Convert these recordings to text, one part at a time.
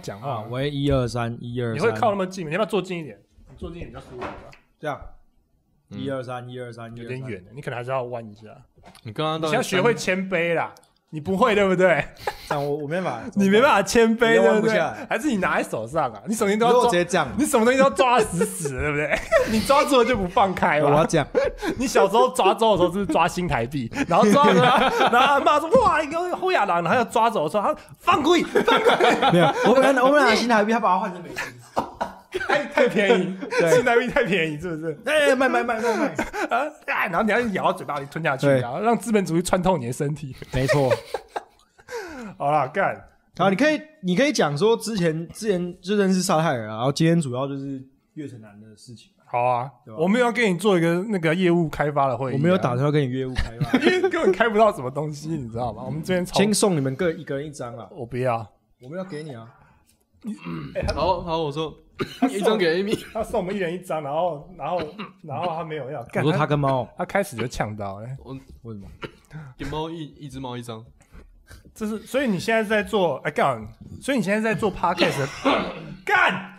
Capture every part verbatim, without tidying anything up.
讲话、啊。 喂，一二三，一二三。 你会靠那么近吗？你要不要坐近一点？你坐近一点比较舒服吧。 这样，一二三，一二三， 有点远，你可能还是要弯一下。 你刚刚你现在学会谦卑啦，你不会对不对？ 这样我我没办法， 你没办法谦卑对不对？ 还还是你拿在手上啊？你什么东西都要抓， 直接这样， 你什么东西都要抓死死的，对不对？你抓住了就不放开嘛。 我要这样。 你小时候抓周的时候是不是抓新台币？然后抓着，然后阿妈说哇，一个后亚郎，然后要抓走的时候，他放贵，放贵。 没有，我本来我本来拿新台币，他把它换成美金。 太太便宜，新台币太便宜，是不是？ 哎，卖卖卖卖卖啊！然后你要咬到嘴巴里吞下去，然后让资本主义穿透你的身体。 没错。 好啦，干。 好，你可以你可以讲说之前之前就认识沙泰尔，然后今天主要就是月城南的事情。 好啊，我们要跟你做一个那个业务开发的会议、啊。 我没有打算要跟你业务开发， 因为根本开不到什么东西，你知道吗？我们这边先送你们各一个人一张啊。 我不要， 我们要给你啊。 欸、好好，我说一张给 Amy， 他送我们一人一张，然后然后然后他没有要。 我说他跟猫， 他开始就呛到了、欸。 我为什么？ 给猫一一只猫一张。 这是，所以你现在在做，哎干，所以你现在在做 podcast， 干，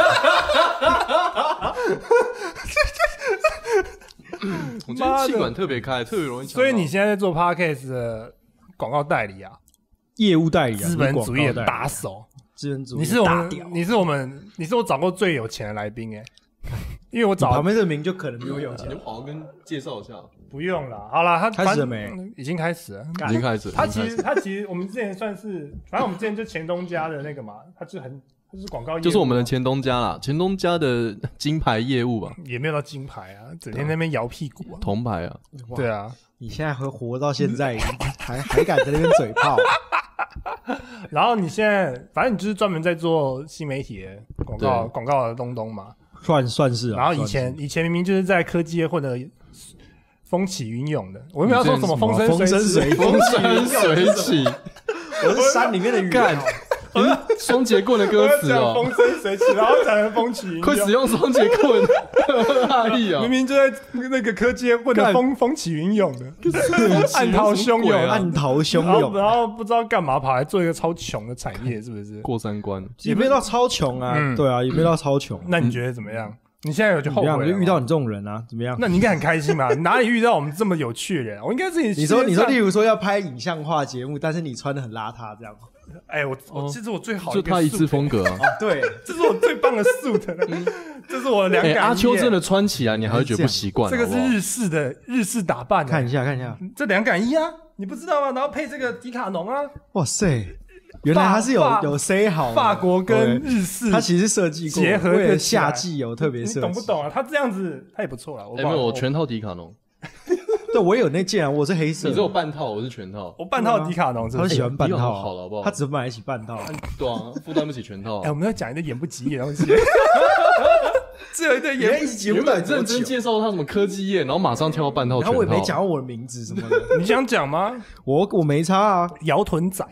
我觉得气管特别开，特别容易抢到。 所以你现在在做 podcast 的广告代理啊， 业务代理啊， 资本主义的打手， 资本主义， 你是我们，你是我们，你是我找过最有钱的来宾哎、欸，因为我找旁边这名就可能比我有钱， 你好好跟介绍一下。 不用了，好了，他开始了没？ 已经开始了， 已经开始了。 他其实他其实我们之前算是，反正我们之前就前东家的那个嘛，他就很他就是广告业务， 就是我们的前东家啦，前东家的金牌业务吧， 也没有到金牌啊，整天在那边摇屁股啊， 铜牌啊， 对啊， 你现在会活到现在，还还敢在那边嘴炮？ 然后你现在反正你就是专门在做新媒体的广告广告的东东嘛， 算算是啊。 然后以前以前明明就是在科技业混的风起云涌的，我又没有说什么风生水起， 风生水起， 我是山里面的鱼干。 双节棍的歌词哦， 风生水起，然后讲成风起云涌， 会使用双节棍，哪里啊？ 明明就在那个科技业混的风风起云涌的，暗涛汹涌， 暗涛汹涌， 然后不知道干嘛跑来做一个超穷的产业，是不是？ 过三关也没有到超穷啊，对啊，也没有到超穷。 那你觉得怎么样？你现在有就后悔了？ 就遇到你这种人啊，怎么样？ 那你应该很开心嘛？哪里遇到我们这么有趣的人？我应该自己。 你说，你说，例如说要拍影像化节目，但是你穿的很邋遢，这样。 哎、欸，我我这是我最好的就他一致风格啊。 哦，对， 这是我最棒的 suit， 这是我的凉感、欸。 阿秋真的穿起来，你还会觉得不习惯。 这个是日式的日式打扮， 看一下，看一下， 这凉感衣啊，你不知道吗？然后配这个迪卡侬啊， 哇塞！原来它是有有 say 好法国跟日式， 它其实设计过结合的夏季有特别设计， 你懂不懂啊？它这样子，它也不错啦。我没有，我全套迪卡侬。 对，我有那件啊，我是黑色。 你只有半套，我是全套。 我半套迪卡侬， 他喜欢半套， 好了好不好？ 他只买得起半套， 对啊，负担不起全套。 哎，我们要讲一个演不及的东西。只有一对演不及， 原本认真介绍他什么科技业，然后马上跳到半套全套。 然后我也没讲到我的名字什么的， 你想讲吗？ 我我没差啊， 摇臀仔。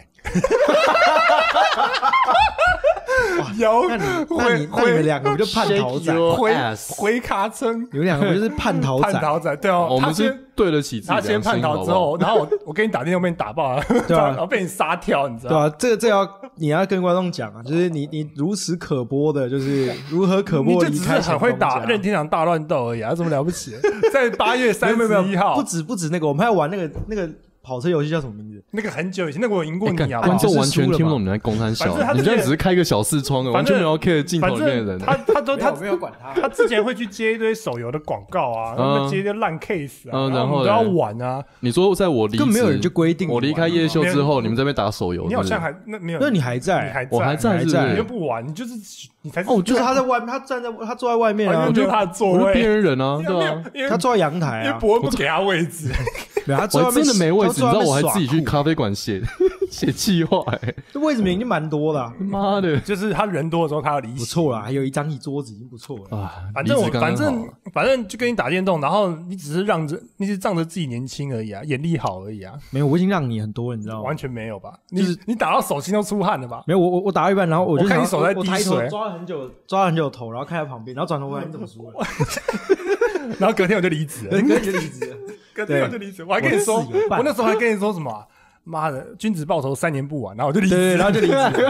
摇， 那你那你那你们两个不就叛逃仔？ 回回卡称， 你们两个不就是叛逃仔？ 叛逃仔，对哦， 我们是对得起自己。 他先叛逃之后，然后我我给你打电话被你打爆了，对啊，然后被你杀跳，你知道？ 对啊，这个这要你要跟观众讲啊，就是你你如此可播的，就是如何可播离开， 很会打任天堂大乱斗而已，有什么了不起？在八月三十一号， 不止不止那个，我们还要玩那个那个。跑车游戏叫什么名字？ 那个很久以前，那个我赢过你啊！ 观众完全听不懂你在公三小，你这样只是开个小视窗的，完全没有 care 镜头里面的人。 他他都他没有管他， 他之前会去接一堆手游的广告啊，然后接一堆烂 case 啊，然后都要玩啊。 你说在我离更没有人就规定我离开夜秀之后，你们在那边打手游， 你好像还那没有， 那你还在， 你还在， 我还在， 你又不玩，你就是你才哦，就是他在外面，他站在他坐在外面啊， 就是他的座位， 边缘人啊，对啊， 他坐在阳台啊， 因为伯不给他位置。 我真的没位置，你知道我还自己去咖啡馆写写计划，哎， 这位置名已经蛮多的。 妈的， 就是他人多的时候他要离席， 不错啦，还有一张椅桌子已经不错了啊。 反正我反正反正就跟你打电动，然后你只是让着你是仗着自己年轻而已啊，眼力好而已啊。 没有，我已经让你很多了，你知道吗？ 完全没有吧？就是你打到手心都出汗了吧？ 没有，我我我打到一半，然后我就看你手在滴水， 抓了很久，抓了很久头，然后看在旁边，然后转头回来你怎么输了？ 然后隔天我就离职了， 隔天就离职了。 隔天我就离职，我还跟你说，我那时候还跟你说什么？妈的，君子报仇三年不晚，然后我就离职， 然后就离职。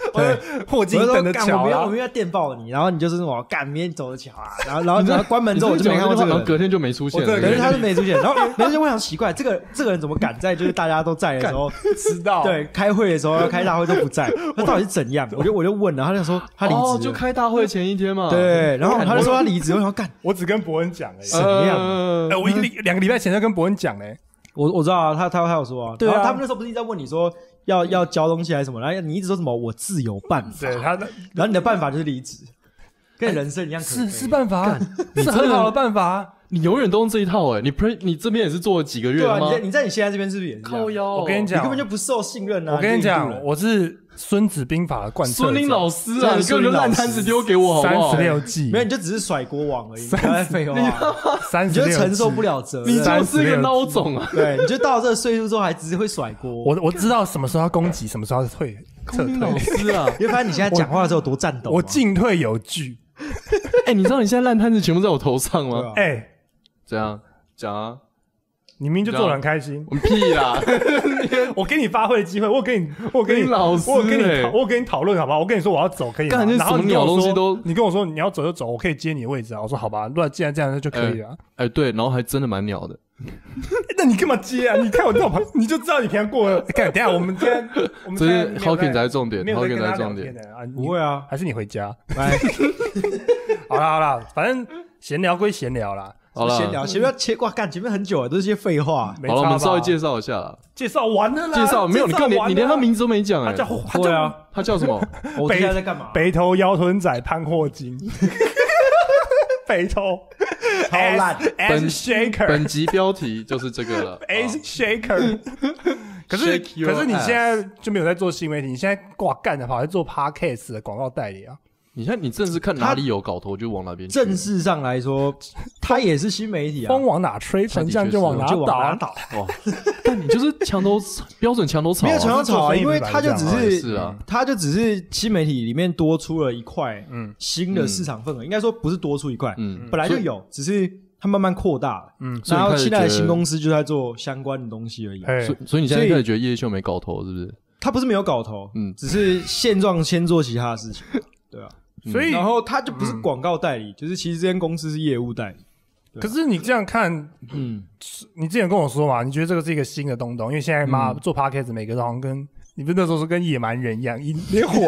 对， 霍金等的桥啊， 我们要电报你，然后你就是我干明天走的桥啊，然后然后然后关门之后我就没看过这个人， 然后隔天就没出现， 隔天他就没出现，然后然后就我想奇怪，这个这个人怎么敢在就是大家都在的时候知道？ 对，开会的时候要开大会都不在，那到底是怎样？我就我就问了，他就说他离职了， 就开大会前一天嘛， 对，然后他就说他离职，我想干， 我只跟伯恩讲而已， 怎么样？ 哎，我一个两个礼拜前就跟伯恩讲嘞， 我我知道啊，他他他有说啊， 对啊， 然后他们那时候不是一直在问你说。要要交东西还是什么？然后你一直说什么我自有办法， 对他， 然后你的办法就是离职，跟人生一样可悲， 是是办法，是很好的办法。 你永远都用这一套哎、欸，你 pre 你这边也是做了几个月了吗？ 对啊，你在你在你现在这边是不是也是靠腰？ 我跟你讲， 你根本就不受信任啊！ 我跟你讲，我是孙子兵法的贯彻者， 孙林老师啊，你根本就烂摊子丢给我好不好？ 三十六计， 没有，你就只是甩锅王而已，不要废话。 三十六， 你就承受不了责任， 你就是一个孬种啊！ 对，你就到这个岁数之后还只是会甩锅。 我我知道什么时候要攻击，什么时候要退撤退。 老师啊， 你会发现你现在讲话的时候有多战斗， 我进退有据。 哎，你知道你现在烂摊子全部在我头上吗？ 哎。 怎样讲啊？ 你明明就做得很开心， 屁啦！ 我给你发挥的机会，我给你，我给你老师、欸， 我跟你，我跟你讨论好不好？我跟你说我要走可以吗？ 然后什么鸟东西都， 你跟我说你要走就走，我可以接你的位置啊。我说好吧，那既然这样就可以了。 哎、欸欸，对，然后还真的蛮鸟的。 那你干嘛接啊？你看我在我旁，你就知道你平常过了。看，等一下我们今天，我们这是 Hawkins 才是重点 ，Hawkins 才是重点啊！不会啊， 还是你回家。好啦好啦，反正闲聊归闲聊啦。 好了，闲聊，前面切挂干，前面很久了，都是些废话。 好了，我们稍微介绍一下啦。 介绍完了啦， 介绍没有？你连你连他名字都没讲哎。 他叫他叫啊， 他叫什么？ 我现在在干嘛？ 北投腰臀仔潘霍金。北投超烂 ，S Shaker。 本集标题就是这个了 ，S Shaker。可是可是你现在就没有在做新媒体，你现在挂干的跑来做 Podcast 的广告代理啊？ 你看，你正式看哪里有搞头就往哪边去。 正式上来说，它也是新媒体啊， 风往哪吹，丞相就往哪倒。 哇！但你就是墙头标准墙头草， 没有墙头草啊，因为它就只是， 是啊， 它就只是新媒体里面多出了一块新的市场份额，应该说不是多出一块，嗯，本来就有，只是它慢慢扩大了，嗯，然后现在的新公司就在做相关的东西而已。 所以，所以你现在开始觉得夜秀没搞头，是不是？ 他不是没有搞头，嗯，只是现状先做其他的事情，对啊。 所以， 然后他就不是广告代理，嗯、就是其实这间公司是业务代理。 可是你这样看，嗯，你之前跟我说嘛，你觉得这个是一个新的东东，因为现在妈、嗯、做 podcast 每个都好像跟你不是那时候说跟野蛮人一样，一连火。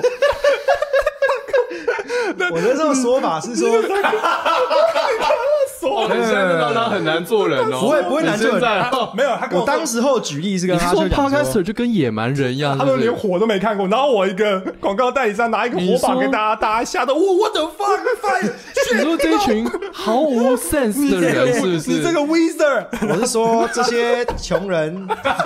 我那时候说法是说。 哦，你现在让他很难做人哦， 不会不会难做人， 没有他跟我。 我当时候举例是跟他说 ，Podcaster 就跟野蛮人一样， 他们连火都没看过，然后我一个广告代理商拿一个火把给大家，大家吓得我 what the fuck， 你说这一群毫无 sense 的人是不是？ 你这个 Wizard， 我是说这些穷人。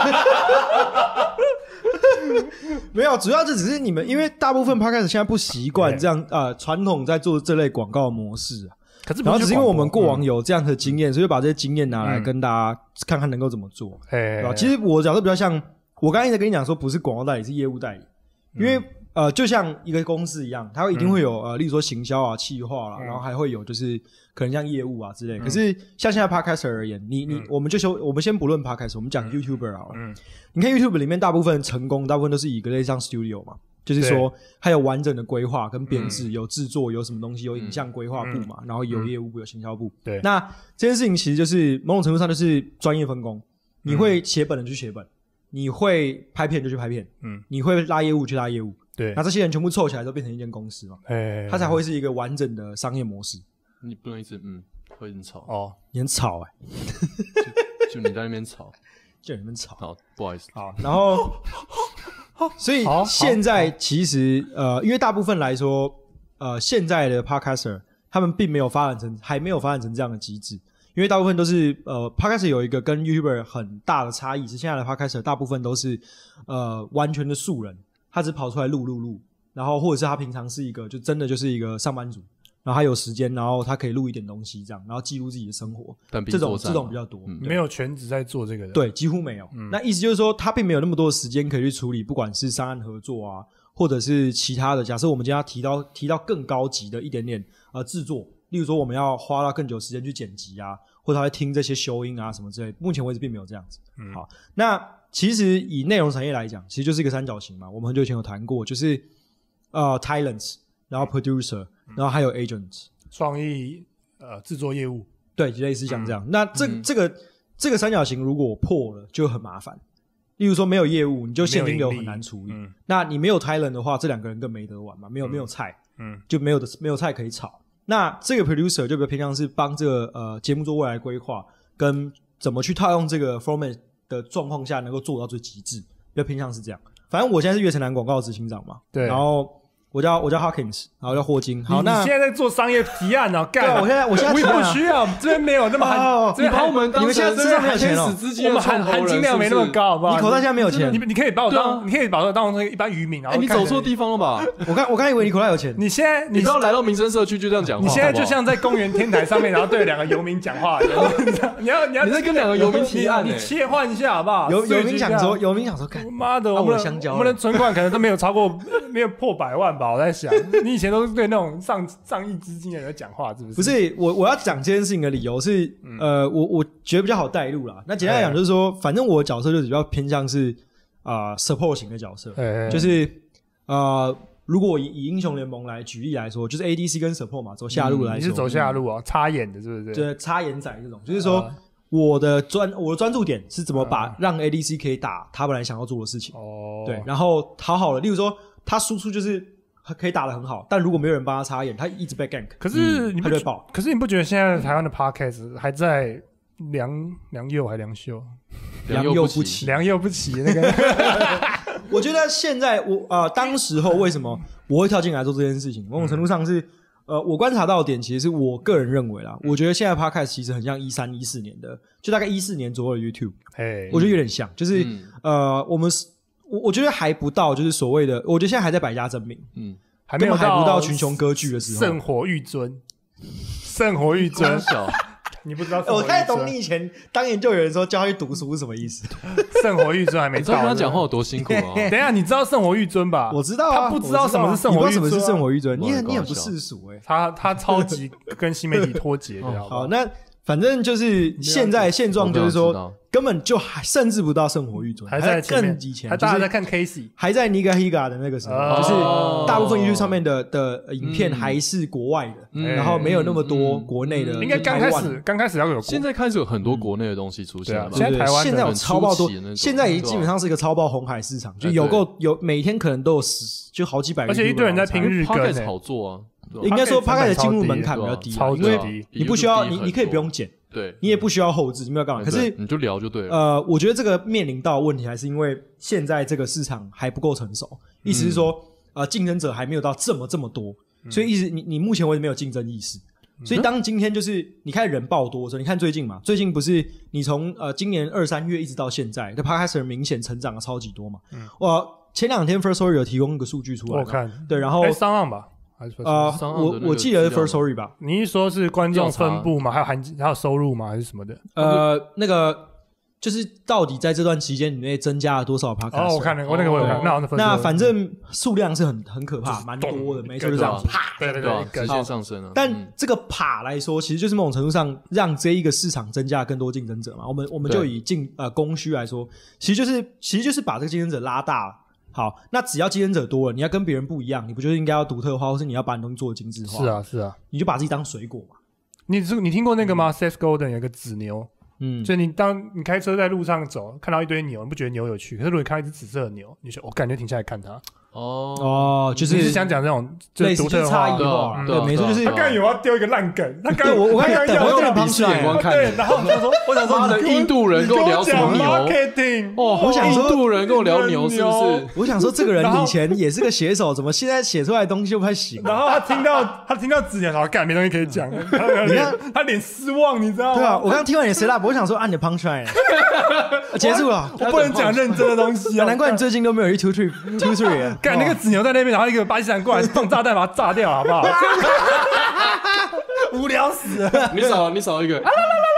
没有，主要这只是你们，因为大部分 Podcast 现在不习惯这样呃传统在做这类广告模式啊。 可是然后只是因为我们过往有这样的经验，嗯、所以就把这些经验拿来跟大家看看能够怎么做，嗯、对吧？其实我角度比较像，我刚才一直跟你讲说，不是广告代理，是业务代理，嗯、因为呃，就像一个公司一样，它一定会有、嗯、呃，例如说行销啊、企划啦，嗯、然后还会有就是可能像业务啊之类。嗯、可是像现在 Podcaster 而言，你你、嗯、我们就修，我们先不论 Podcaster， 我们讲 YouTuber 好了。嗯，你看 YouTube 里面大部分成功，大部分都是以一个类似像 Studio 嘛。就是说，还有完整的规划跟编制，嗯、有制作，有什么东西，有影像规划部嘛，嗯、然后有业务部，有行销部。对，那这件事情其实就是某种程度上就是专业分工。你会写本的就去写本，你会拍片就去拍片，嗯，你会拉业务去拉业务。对，那这些人全部凑起来都变成一间公司嘛，哎，它才会是一个完整的商业模式。 你不能一直嗯，会很吵哦，你很吵哎、 欸，就, 就你在那边吵， 就你那边吵。 好，不好意思。 好，然后。所以现在其实呃，因为大部分来说，呃，现在的 Podcaster 他们并没有发展成，还没有发展成这样的机制，因为大部分都是呃 Podcaster 有一个跟 YouTuber 很大的差异，是现在的 Podcaster 大部分都是呃完全的素人，他只跑出来录录录，然后或者是他平常是一个就真的就是一个上班族，然后他有时间，然后他可以录一点东西这样，然后记录自己的生活，但这种这种比较多， 嗯、没有全职在做这个的， 对，几乎没有。嗯、那意思就是说，他并没有那么多的时间可以去处理，不管是商案合作啊，或者是其他的。假设我们今天要提到提到更高级的一点点呃制作，例如说我们要花到更久时间去剪辑啊，或者他会听这些修音啊什么之类，目前为止并没有这样子。嗯、好，那其实以内容产业来讲，其实就是一个三角形嘛。我们很久以前有谈过，就是呃 talents， 然后 producer， 然后还有 agents， 创意呃制作业务， 对，类似像这样。嗯、那这、 嗯、 这个这个三角形如果破了就很麻烦。例如说没有业务，你就现金流很难处理。嗯、那你没有 talent 的话，这两个人更没得玩嘛，没有、嗯、没有菜，嗯，就没有的没有菜可以炒。那这个 producer 就比较偏向是帮这个呃节目做未来规划，跟怎么去套用这个 format 的状况下能够做到最极致，比较偏向是这样。反正我现在是悦城南广告执行长嘛，对，然后。我叫我叫 Hawkins， 然后叫霍金。好，那你现在在做商业提案哦，干！ 对，我现在我现在我也不需要，这边没有那么含， 哦、 你把我们当你们现在身上没有钱哦， 我们含含金量没那么高，好不好？ 你口袋现在没有钱， 你你可以把我当，啊、你可以把我当成一般渔民，然后、 欸、你走错地方了吧？ 我刚我刚以为你口袋有钱， 你现在你不要来到民生社区就这样讲话， 你现在就像在公园天台上面，然后对两个游民讲话一样，你要你要你在跟两个游民提案、欸， 你切换一下好不好？ 游游民想说，游民想说， 妈的， 我们香蕉， 我们的存款可能都没有超过没有破百万吧？我在想。你以前都是对那种上上亿资金的人讲话，是不是？ 不是，我我要讲这件事情的理由是，嗯、呃，我我觉得比较好带入啦。那简单来讲，就是说，反正我的角色就比较偏向是啊、呃、support 型的角色，就是呃，如果以以英雄联盟来举例来说，就是 A D C 跟 support 嘛，走下路来说， 嗯、你是走下路啊，嗯、插眼的，是不是？ 对，插眼仔这种，就是说。呃我的专我的专注点是怎么把让 A D C 可以打他本来想要做的事情，哦，对，然后讨好了，例如说他输出就是可以打得很好，但如果没有人帮他插眼，他一直被 gank， 可是你不、嗯、 他就会爆。 可是你不觉得现在台湾的 podcast 还在良良莠还良秀？ 良莠不齐， 良莠不齐那个。 我觉得现在我呃当时候为什么我会跳进来做这件事情，某种程度上是。呃，我观察到的点，其实是我个人认为啦，我觉得现在 podcast 其实很像一三一四年的，就大概一四年左右的 YouTube， hey, 我觉得有点像，就是、嗯、呃，我们我我觉得还不到，就是所谓的，我觉得现在还在百家争鸣，嗯， 还没有还不到群雄割据的时候， 圣火欲尊，圣火欲尊小。你不知道， 我太懂你以前当研究员的时候教他去读书是什么意思。 圣火欲尊还没到， 你知道跟他讲话有多辛苦啊？ 等一下，你知道圣火欲尊吧？ 我知道啊， 他不知道什么是圣火欲尊、啊， 你不知道什么是圣火欲尊，你很你很不世俗哎、欸。 他他超级跟新媒体脱节的。好, 好，那反正就是现在现状就是说，根本就还甚至不到圣火欲尊， 还在更以前， 还大家在看 Casey， 还在 Niga Higa 的那个时候，哦、就是大部分 YouTube 上面的的影片还是国外的，嗯、然后没有那么多国内的。 应该刚开始刚开始要有， 现在开始有很多国内的东西出现了。 现在台湾现在有超爆多，现在已经基本上是一个超爆红海市场，就有够有每天可能都有十就好几百个， 而且一堆人在拼日更， 好做啊。 应该说 Podcast 的进入门槛比较低， 超因为你不需要你你可以不用剪。 对， 你也不需要后置，你不要干嘛？可是你就聊就对了。 呃，我觉得这个面临到的问题，还是因为现在这个市场还不够成熟，意思是说，呃，竞争者还没有到这么这么多，所以意思你你目前为止没有竞争意识。所以当今天就是你看人爆多的时候，你看最近嘛，最近不是你从呃今年二三月一直到现在，这 Podcast 明显成长了超级多嘛。嗯，我前两天 Firstory 有提供一个数据出来， 我看对，然后上岸吧。 呃，我我记得是 Firstory 吧？ 你一说是观众分布吗？还有含还有收入吗？还是什么的？ 呃，那个就是到底在这段期间里面增加了多少 podcast？ 哦，我看了，我那个我有看。那那反正数量是很很可怕，蛮多的，没错，就这样啪， 对对对， 直接上升了。 但这个啪来说，其实就是某种程度上让这一个市场增加更多竞争者嘛。我们我们就以竞呃供需来说，其实就是其实就是把这个竞争者拉大了。好，那只要竞争者多了，你要跟别人不一样，你不就是应该要独特化，或是你要把你东西做的精致化？ 是啊，是啊， 你就把自己当水果嘛。 你你听过那个吗、嗯、？Seth Godin 有一个紫牛，嗯，所以你当你开车在路上走，看到一堆牛，你不觉得牛有趣？可是如果你看到一只紫色的牛，你就我感觉停下来看它。 哦哦，就是你是想讲这种就是独特差异化，对，没错，就是他刚才有要丢一个烂梗，他刚我我刚才我用鄙视眼光看， 对，然后我想说，我想说， 妈的，印度人跟我聊什么牛？ 哦， 我想说， 印度人跟我聊牛是不是？ 我想说，这个人以前也是个写手，怎么现在写出来的东西就不太行？ 然后他听到他听到子年，好干，没东西可以讲，你看他脸失望，你知道吗？ 对啊，我刚听完你的 set up， 我想说，按你的 punchline， 结束了， 我不能讲认真的东西啊， 难怪你最近都没有一 two three two three， 干那个子牛在那边，然后一个巴基斯坦过来放炸弹把它炸掉，好不好？无聊死了！ 你少你少一个，啊啦啦啦啦！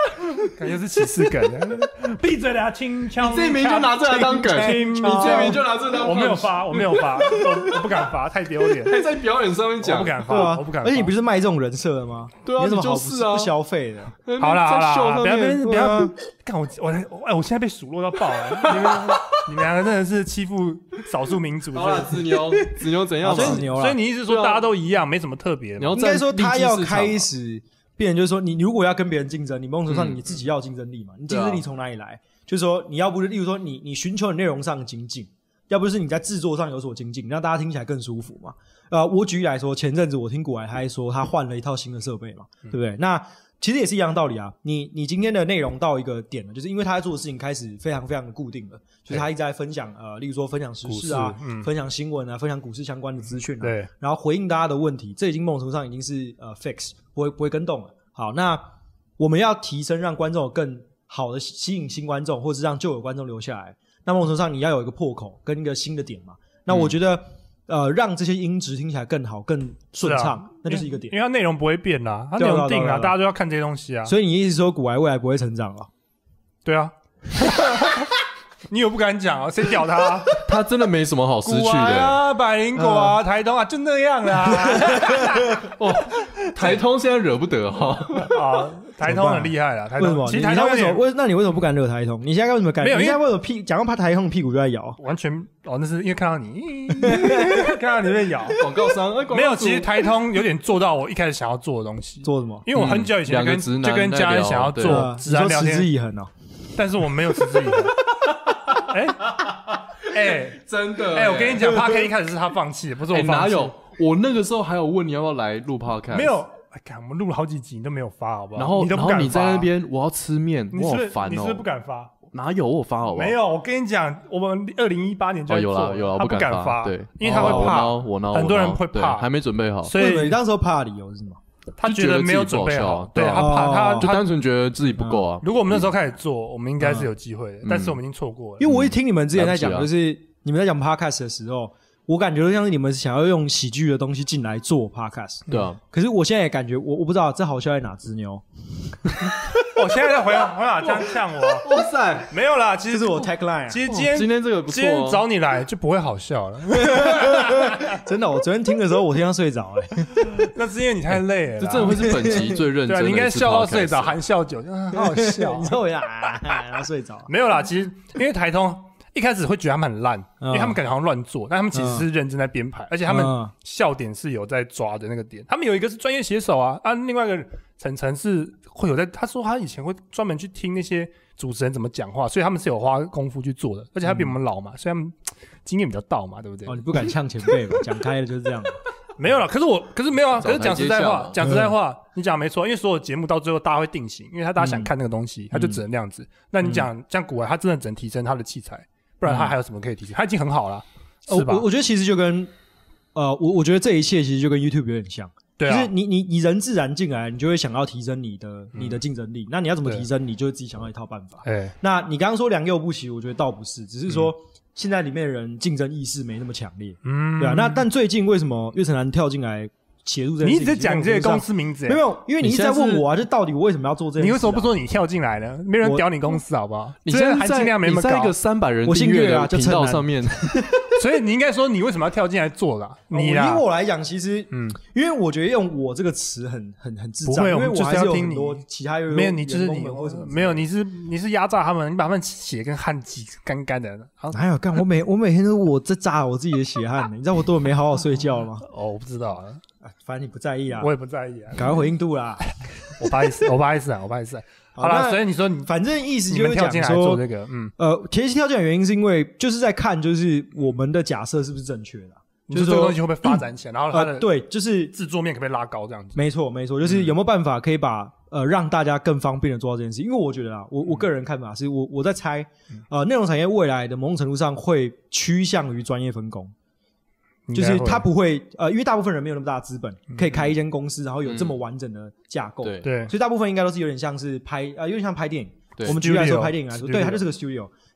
感觉是歧视梗。闭嘴啦，轻敲。 你这名就拿这来当梗，你这名就拿这当。 我没有发，我没有发，我我不敢发，太丢脸。 还在表演上面讲， 我不敢发，我不敢。 而且你不是卖这种人设的吗？ 对啊， 你就是啊， 不消费的。 好啦好啦，不要不要，干我我哎，我现在被数落到爆了。你们你们两个真的是欺负少数民族。 好了，子牛子牛怎样？ 子牛所以你意思说大家都一样，没什么特别的。 应该说他要开始。变成就是说，你如果要跟别人竞争，你某种程度上你自己要有竞争力嘛？嗯、你竞争力从哪里来？啊、就是说，你要不是，例如说你，你你寻求你内容上的精进，要不是你在制作上有所精进，让大家听起来更舒服嘛？呃，我举例来说，前阵子我听古来他还说他换了一套新的设备嘛，嗯、对不对？那其实也是一样道理啊。你你今天的内容到一个点了，就是因为他在做的事情开始非常非常的固定了，就是他一直在分享呃，例如说分享时事啊，嗯、分享新闻啊，分享股市相关的资讯啊， 对， 然后回应大家的问题，这已经某种程度上已经是呃 fix， 不会不会跟动了。好，那我们要提升，让观众有更好的吸引新观众，或是让旧有观众留下来。那某种程度上，你要有一个破口跟一个新的点嘛。那我觉得，嗯、呃，让这些音质听起来更好、更顺畅，啊、那就是一个点。 因为它内容不会变啦，它内容定啦，大家都要看这些东西啊。 所以你意思说，股癌未来不会成长了？ 对啊。你有不敢讲啊？谁屌他、啊？ 他真的没什么好失去的。 啊，百灵果啊，嗯、台通啊，就那样啦。 哦，台通现在惹不得哈、哦。 啊，台通很厉害啦。台通为什么？ 其实台通为什么？为那你为什么不敢惹台通？你现在为什么敢？ 没有， 你现在为什么屁？讲到怕台通屁股就在摇？ 完全哦，那是因为看到你，看到你在摇。 广告商、欸、 没有，其实台通有点做到我一开始想要做的东西。 做什么？ 因为我很久以前跟、嗯、就跟家人想要做直男聊天， 持之以恒哦。 但是我没有持之以恒。哎哎、欸， 真的哎、欸！我跟你讲 ，Podcast 一开始是他放弃的，不是我放弃、欸。 哪有？我那个时候还有问你要不要来录 Podcast， 没有。哎，看我们录了好几集，你都没有发，好不好？ 然后你都不敢发， 然后你在那边，我要吃面，我好烦哦。 你是不是不敢发？ 哪有我发好不好？ 没有，我跟你讲，我们二零一八年就在做， 哦、有啦有啦， 他不敢发， 对， 因为他会怕， 哦、我挠很多人会怕， 还没准备好。 所以你当时候怕的理由是什么？ 他觉得没有准备好，对他怕，他就单纯觉得自己不够啊。 如果我们那时候开始做，我们应该是有机会的，但是我们已经错过了。 因为我一听你们之前在讲，就是你们在讲 podcast 的时候，我感觉像是你们想要用喜剧的东西进来做 podcast。 对啊。 可是我现在也感觉，我我不知道这好笑在哪，只牛。 我现在在回回哪这样呛我？ 哇塞， 没有啦，其实是我 tagline。 其实今天今天这个不错， 今天找你来就不会好笑了。 真的，我昨天听的时候我听到睡着哎。 那是因为你太累了。 这真的会是本集最认真的。 对，你应该笑到睡着，含笑九，好好笑。 你说我呀，然后睡着。 没有啦，其实因为台通一开始会觉得他们很烂，因为他们感觉好像乱做，但他们其实是认真在编排，而且他们笑点是有在抓的那个点。他们有一个是专业写手啊，啊，另外一个晨晨是会有在，他说他以前会专门去听那些主持人怎么讲话，所以他们是有花功夫去做的，而且他比我们老嘛，所以他们经验比较到嘛，对不对？ 哦，你不敢呛前辈嘛？讲开了就是这样。 没有了，可是我，可是没有啊，可是讲实在话，讲实在话，你讲没错，因为所有节目到最后大家会定型，因为他大家想看那个东西，他就只能那样子。那你讲像古玩，他真的只能提升他的器材。不然他还有什么可以提升？他已经很好了，是吧？ 我我觉得其实就跟呃，我我觉得这一切其实就跟 YouTube 有点像， 对啊， 就是你你你人自然进来，你就会想要提升你的、嗯、你的竞争力。那你要怎么提升？你就会自己想到一套办法。 哎， 那你刚刚说良莠不齐，我觉得倒不是，只是说、嗯、现在里面的人竞争意识没那么强烈，嗯，对啊。那但最近为什么岳成南跳进来？切入这件事情， 你一直在讲这个公司名字， 没有，因为你一直在问我啊，就到底我为什么要做这件事、啊？ 你为什么不说你跳进来呢？没人屌你公司好不好？ 你现在含金量没那么高， 你在一个三百人订阅的频道上面， 所以你应该说你为什么要跳进来做啦？你啦， 以我来讲，其实嗯，因为我觉得用我这个词很很很智障， 不会， 因为我还是有很多其他没有，你就是你没有，你是你是压榨他们，你把他们血跟汗挤干干的。 哪有干？我每我每天都我在榨我自己的血汗，你知道我多没好好睡觉了吗？ 哦，我不知道啊。 反正你不在意啊， 我也不在意啊， 赶快回印度啦！ 我不好意思，我不好意思啊，我不好意思、啊。好了，所以你说你反正意思就是讲说做这个，嗯， 呃，田西跳进来的原因是因为就是在看，就是我们的假设是不是正确的、啊， 就是这个东西会不会发展起来，嗯、然后它的、 呃、对，就是制作面可不可以拉高这样子？ 没错，没错，就是有没有办法可以把呃让大家更方便的做到这件事？因为我觉得啊，我我个人看法是我我在猜，呃，内容产业未来的某种程度上会趋向于专业分工。就是他不会呃，因为大部分人没有那么大的资本，嗯、可以开一间公司，然后有这么完整的架构。 对、嗯， 所以大部分应该都是有点像是拍呃，有点像拍电影。我们举例来说，拍电影来说，对，它就是个 studio。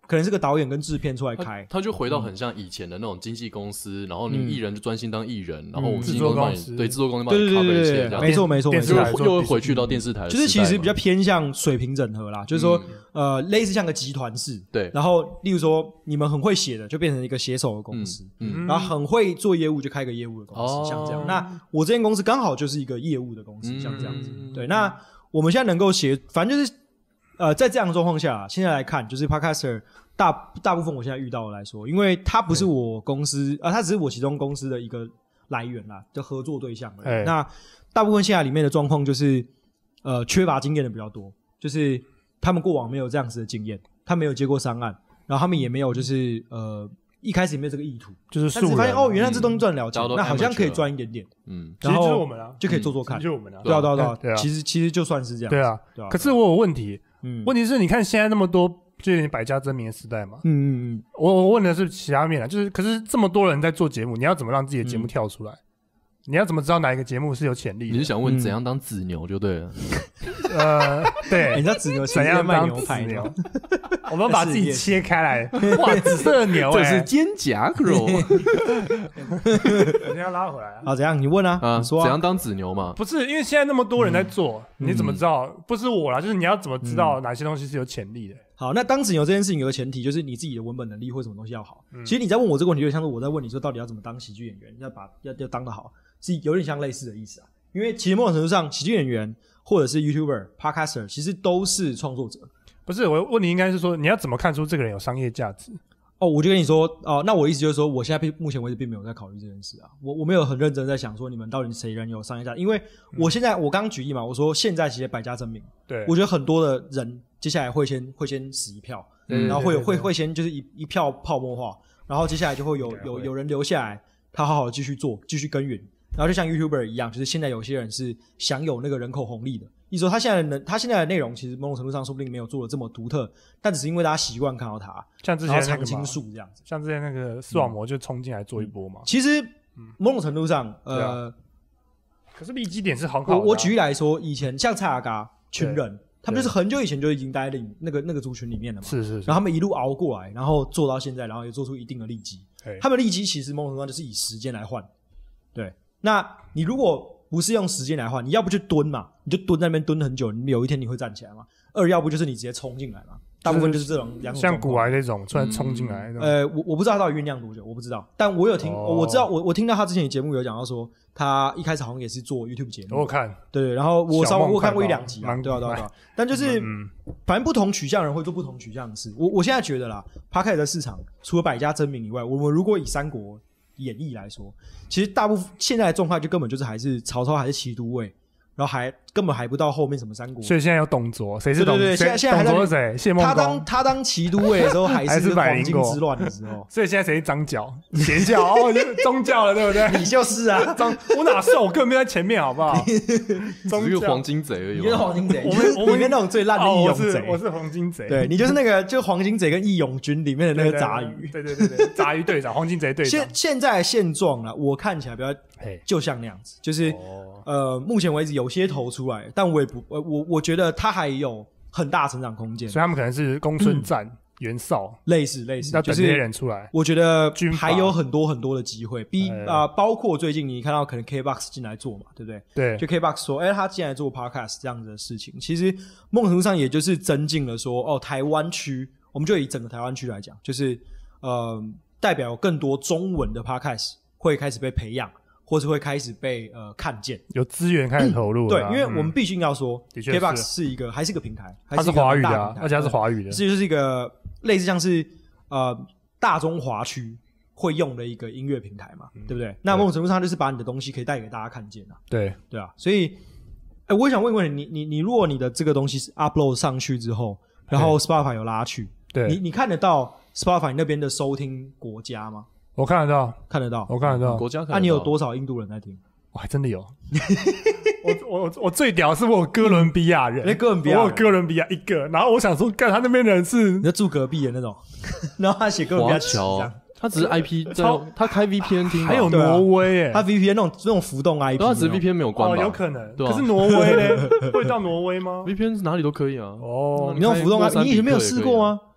可能是个导演跟制片出来开， 他, 他就回到很像以前的那种经纪公司，嗯、然后你艺人就专心当艺人，嗯、然后我们制作公司对制作公司帮你 cover 一切， 没错没错没错， 又回去到电视台， 就是其实比较偏向水平整合啦，就是说、嗯、呃类似像个集团式， 对， 然后例如说你们很会写的就变成一个写手的公司，嗯，嗯然后很会做业务就开个业务的公司，哦、像这样。那我这间公司刚好就是一个业务的公司，嗯、像这样子，对。那我们现在能够写，反正就是呃在这样的状况下，现在来看就是 Podcaster。大大部分我现在遇到的来说，因为他不是我公司啊，他只是我其中公司的一个来源啦的合作对象而已。那大部分现在里面的状况就是，呃，缺乏经验的比较多，就是他们过往没有这样子的经验，他没有接过商案，然后他们也没有就是呃一开始也没有这个意图， 就是但是发现哦，原来这东西赚了钱，嗯、那好像可以赚一点点， 嗯，然后其实就是我们啊， 就可以做做看， 嗯、就是我们啊， 对啊对啊对啊， 对啊其实其实就算是这样， 对啊， 对啊。 可是我有问题，嗯，问题是你看现在那么多。就有点百家争鸣的时代嘛，嗯嗯嗯，我我问的是其他面啊，就是可是这么多人在做节目，你要怎么让自己的节目跳出来？嗯、你要怎么知道哪一个节目是有潜力的？ 你是想问怎样当子牛就对了？ 嗯、呃，对，你知道子牛怎样当子牛？ 我们把自己切开来，哇，紫色的牛、欸， 这是肩胛肉。 我先要拉回来啊！ 好，怎样？你问啊？ 啊， 你说、啊、 怎样当子牛嘛？ 不是，因为现在那么多人在做，嗯、你怎么知道？不是我啦，就是你要怎么知道哪些东西是有潜力的？ 好，那当子牛这件事情有个前提，就是你自己的文本能力或什么东西要好。嗯、其实你在问我这个问题，就像是我在问你说，到底要怎么当喜剧演员，要把要要当得好，是有点像类似的意思啊。因为其实某种程度上，喜剧演员或者是 YouTuber、Podcaster， 其实都是创作者。 不是，我问你应该是说，你要怎么看出这个人有商业价值？ 哦，我就跟你说，哦、呃，那我的意思就是说，我现在目前为止并没有在考虑这件事啊，我我没有很认真在想说你们到底谁人有商业价值，因为我现在、嗯、我刚刚举例嘛，我说现在其实百家争鸣， 对， 我觉得很多的人接下来会先会先死一票，嗯、然后会有会会先就是一一票泡沫化，然后接下来就会有有有人留下来，他好好的继续做，继续耕耘，然后就像 YouTuber 一样，就是现在有些人是享有那个人口红利的。意思说他现在的他现在的内容其实某种程度上说不定没有做的这么独特，但只是因为大家习惯看到他， 像之前那个常青树这样子， 像之前那个视网膜就冲进来做一波嘛。 嗯、其实某种程度上，呃， 啊、可是利基点是很好的、啊。 我我举例来说，以前像蔡阿嘎群人，他们就是很久以前就已经待在那个那个族群里面了嘛， 是是是。 然后他们一路熬过来，然后做到现在，然后也做出一定的利基。他们利基其实某种程度上就是以时间来换。对，那你如果不是用时间来换，你要不就蹲嘛，你就蹲在那边蹲很久，你有一天你会站起来嘛。二要不就是你直接冲进来嘛，大部分就是这种两种。 像古癌那种突然冲进来、嗯。 呃，我我不知道他到底酝酿多久，我不知道。但我有听，哦、我知道我我听到他之前的节目有讲到说，他一开始好像也是做 YouTube 节目。 我看， 对对，然后我稍微我看过一两集啊，对啊对啊对啊。但就是，嗯、反正不同取向的人会做不同取向的事。我我现在觉得啦 ，Podcast 的市场除了百家争鸣以外，我们如果以三国演义来说，其实大部分现在的状态就根本就是还是曹操还是骑都尉，然后还根本还不到后面什么三国。 所以现在有董卓，谁是董卓？对对对， 现在现在还在董卓是谁？谢孟恭。 他当他当骑都尉的时候还是黄巾之乱的时候。 所以现在谁是张角？邪教哦，宗教了，对不对？ 你就是啊， 张我哪是？我根本没在前面，好不好？ 只是个黄巾贼而已。 你就是黄巾贼，我们里面那种最烂的义勇贼。 我是黄巾贼。 对，你就是那个就黄巾贼跟义勇军里面的那个杂鱼。 对对对对，杂鱼队长，黄巾贼队长。 现现在现状啊，我看起来比较就像那样子，就是。呃，目前为止有些投出来，但我也不，呃，我我觉得他还有很大成长空间， 所以他们可能是公孙瓒、嗯、袁绍， 类似类似， 要等这些人出来。 就是、我觉得还有很多很多的机会，比啊、呃，包括最近你看到可能 K B O X 进来做嘛，对不对？ 对， 就 K B O X 说，哎、欸，他进来做 Podcast 这样子的事情，其实某种程度上也就是增进了说，哦，台湾区，我们就以整个台湾区来讲，就是呃，代表有更多中文的 Podcast 会开始被培养。或是会开始被呃看见， 有资源开始投入、嗯。 对，因为我们必须要说 ，K B O X 是一个还是一个平台， 它是华语的、啊，而且它是华语的， 这就是一个类似像是呃大中华区会用的一个音乐平台嘛，嗯、对不对？那某种程度上就是把你的东西可以带给大家看见啊。 对对啊，所以，哎，我也想问一问你，你你如果你的这个东西是 upload 上去之后，然后 Spotify 有拉去， 对， 你你看得到 Spotify 那边的收听国家吗？ 我看得到， 看得到， 我看得到。 国家看得到。 那、啊、你有多少印度人在听？ 我还真的有。我我我最屌的是我有哥伦比亚人， 那、嗯、哥伦比亚， 我有哥伦比亚一个。然后我想说，干他那边人是， 你就住隔壁的那种。然后他写哥伦比亚旗， 他只是 I P， 他开 V P N 听， 还有挪威诶， 他 V P N 那种那种浮动 I P， 他只是 V P N 没有关吧？ 哦，有可能。 对啊、 可是挪威呢？会到挪威吗 ？V P N 哪里都可以啊。 哦， 你那种浮动 I P， 你以前没有试过吗？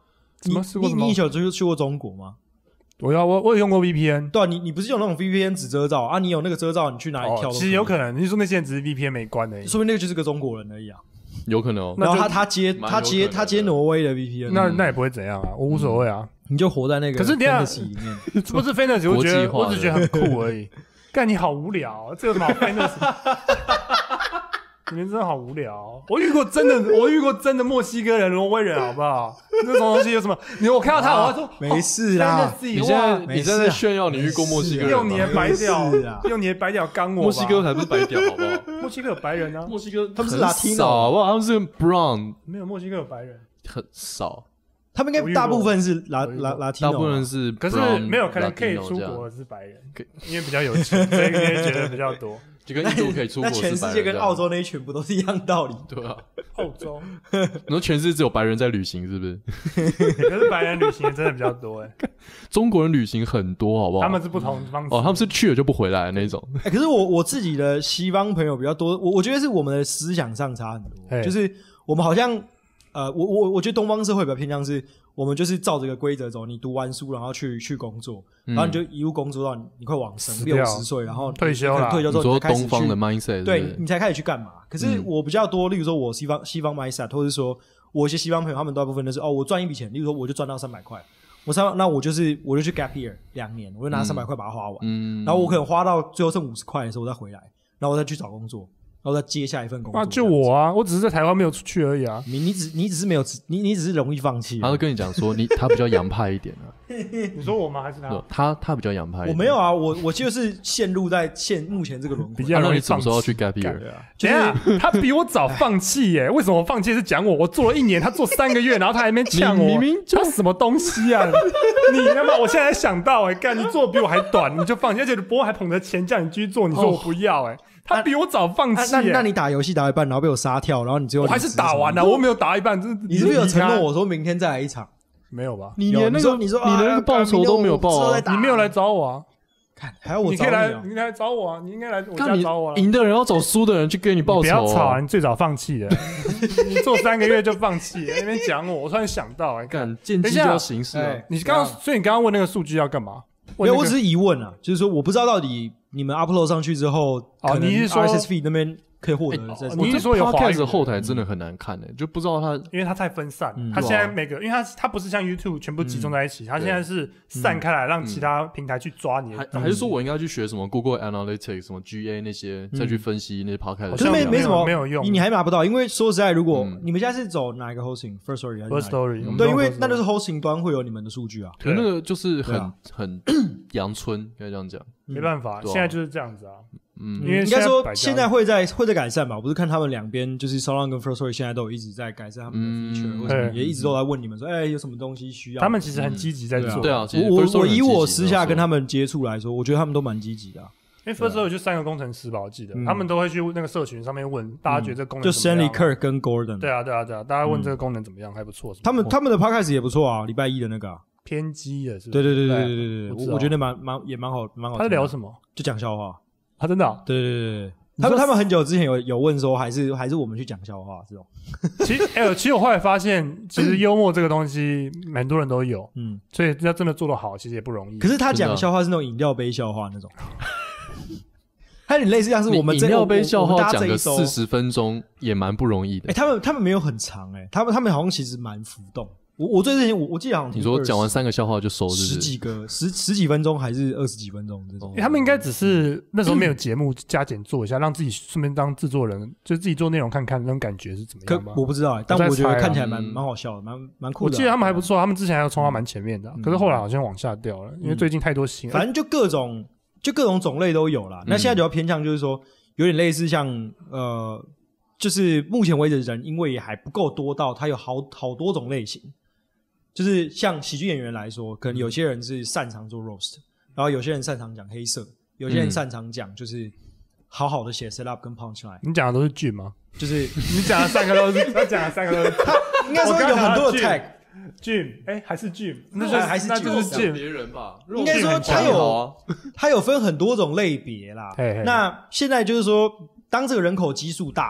你你你有就是去过中国吗？ 我要我我有用过 V P N， 对啊，你你不是用那种 V P N 只遮罩啊？你有那个遮罩，你去哪里跳、哦？ 其实有可能，你说那些人只是 V P N 没关而已， 说明那个就是个中国人而已啊。 有可能哦。 然后他他接他接他接挪威的 V P N， 那那也不会怎样啊，我无所谓啊、嗯。 你就活在那个可是 fantasy 里面， 不是 fantasy， 我觉得我只觉得很酷而已。干你好无聊，这有什么好 fantasy？ 你们真的好无聊。我遇过真的，我遇过真的墨西哥人、挪威人，好不好？那种东西有什么？你我看到他，我要说没事啦。 你现在你现在炫耀你遇过墨西哥人， 用你的白屌，用你的白屌刚我。 墨西哥才不是白屌，好不好？ 墨西哥有白人啊， 墨西哥他们是 Latino， 好不好？他们是 Brown， 没有墨西哥有白人， 很少。 他们应该大部分是拉拉拉 Latino， 大部分是， 可是没有可能可以出国的是白人，因为比较有钱，所以应该觉得比较多。 就跟印度可以出国是白人， 那全世界跟澳洲那一群不都是一样道理？ 对啊， 澳洲， 你说全世界只有白人在旅行是不是？ 可是白人旅行真的比较多哎、欸， 中国人旅行很多好不好？ 他们是不同方式哦，他们是去了就不回来的那种。 欸、可是我我自己的西方朋友比较多，我我觉得是我们的思想上差很多，就是我们好像呃，我我我觉得东方社会比较偏向是。我们就是照这个规则走，你读完书，然后去去工作，然后你就一路工作到 你, 你快往生六十岁，然后退休了。 退休之后你才开始去， 你说东方的 mindset， 对, 对你才开始去干嘛？可是我比较多，例如说我西方西方 mindset， 或者是说我一些西方朋友，他们大部分都是哦，我赚一笔钱，例如说我就赚到三百块，我三那我就是我就去 gap year 两年，我就拿三百块把它花完，嗯，然后我可能花到最后剩五十块的时候我再回来，然后我再去找工作。然后再接下一份工作。 啊，就我啊，我只是在台湾没有出去而已啊。 你你只你只是没有你你只是容易放弃。 他会跟你讲说你他比较洋派一点啊。 你说我吗？还是他？ 他他比较洋派一点。 我没有啊，我我就是陷入在现目前这个轮回。 比较容易放弃。 那你什么时候要去 gap year？ 等一下，他比我早放弃耶？为什么我放弃是讲我？我做了一年，他做三个月，然后他还没呛我。 明明他什么东西啊？你他妈！我现在才想到哎，干你做的比我还短，你就放弃，而且伯伯还捧着钱叫你继续做，你说我不要哎。他比我早放弃、欸啊， 那那你打游戏打一半，然后被我杀跳，然后你最后我还是打完了，我没有打一半。 你是不是有承诺我说明天再来一场？ 没有吧？ 你连那个你说你连那个报酬都没有报啊！ 你没有来找我啊？ 看还要我找你、啊？ 你、 你可以来，你来找我啊！你应该来我家找我、啊。 赢的人要找输的人去给你报酬、啊。 你不要吵啊！你最早放弃的，你做三个月就放弃了，那边讲我，我突然想到、欸， 干见机就要行事啊！ 欸、你刚刚，所以你刚刚问那个数据要干嘛？ 没有，我只是疑问啊，就是说我不知道到底你们 upload 上去之后， 哦，你是说 R S S feed 那边可以获得？ 欸、 你是说有华语的后台真的很难看诶、欸，就不知道它， 因为它太分散，嗯、它现在每个，因为它它不是像 YouTube 全部集中在一起，嗯、它现在是散开来，让其他平台去抓你的、 嗯。还是说我应该去学什么 Google Analytics、什么 G A 那些，再去分析那些 podcast？ 可是没没什么没有用， 你还拿不到，因为说实在，如果、嗯、你们现在是走哪一个 hosting First Story 还是 First Story？、嗯、 对，因为那就是 hosting 端会有你们的数据啊。 可那个就是很、啊、很阳春，应该这样讲。 没办法，现在就是这样子啊。 嗯，因为应该说现在会在会在改善吧。我不是看他们两边，就是 SoundOn 跟 First Story 现在都有一直在改善他们的 feature，、嗯、或者也一直都在问你们说，哎、欸，有什么东西需要？ 他们其实很积极在做。 对啊， 我我我以我私下跟他们接触来说，我觉得他们都蛮积极的、啊。 因为 First Story 就三个工程师吧，我记得、嗯、他们都会去那个社群上面问大家觉得这个功能就 Stanley、Kirk 跟 Gordon。 对啊，对啊，对啊，大家问这个功能怎么样，还不错。 他们他们的 podcast 也不错啊，礼拜一的那个、啊。 偏激的是不是？ 对对对对对对对，我我觉得蛮蛮也蛮好蛮好。 他在聊什么？ 就讲笑话啊，真的、啊？ 对对对对，他们他们很久之前有有问说，还是还是我们去讲笑话这种。 其实哎、欸，其实我后来发现，其实幽默这个东西，很多人都有，嗯，所以要真的做得好，其实也不容易。 可是他讲的笑话是那种饮料杯笑话那种。它有点类似像是我们饮料杯笑话讲个四十分钟也蛮不容易的。 哎、欸，他们他们没有很长哎、欸，他们他们好像其实蛮浮动。我我最近我我记得好像你说讲完三个笑话就收是不是十几个十十几分钟还是二十几分钟这种、 欸，他们应该只是那时候没有节目加减做一下，让自己顺便当制作人，就自己做内容看看那种感觉是怎么样吧。 我不知道、欸，但我觉得看起来蛮蛮好笑的，蛮蛮酷的、啊。 我记得他们还不错，他们之前还有冲到蛮前面的、啊嗯，可是后来好像往下掉了，因为最近太多新、嗯。 反正就各种就各种种类都有啦。嗯、那现在比较偏向就是说，有点类似像呃，就是目前为止人因为也还不够多到，它有好好多种类型。就是像喜剧演员来说，可能有些人是擅长做 roast， 然后有些人擅长讲黑色，有些人擅长讲就是好好的写 set up 跟 punchline。 你讲的都是剧吗？ 就是你讲的三个都是，他讲的三个都是。他应该说有很多的 tag。 Jim， 哎、欸，还是 Jim， 那就还是那就是 Jim 别人吧。 应该说他有，他有分很多种类别啦。嘿嘿，那现在就是说，当这个人口基数大了，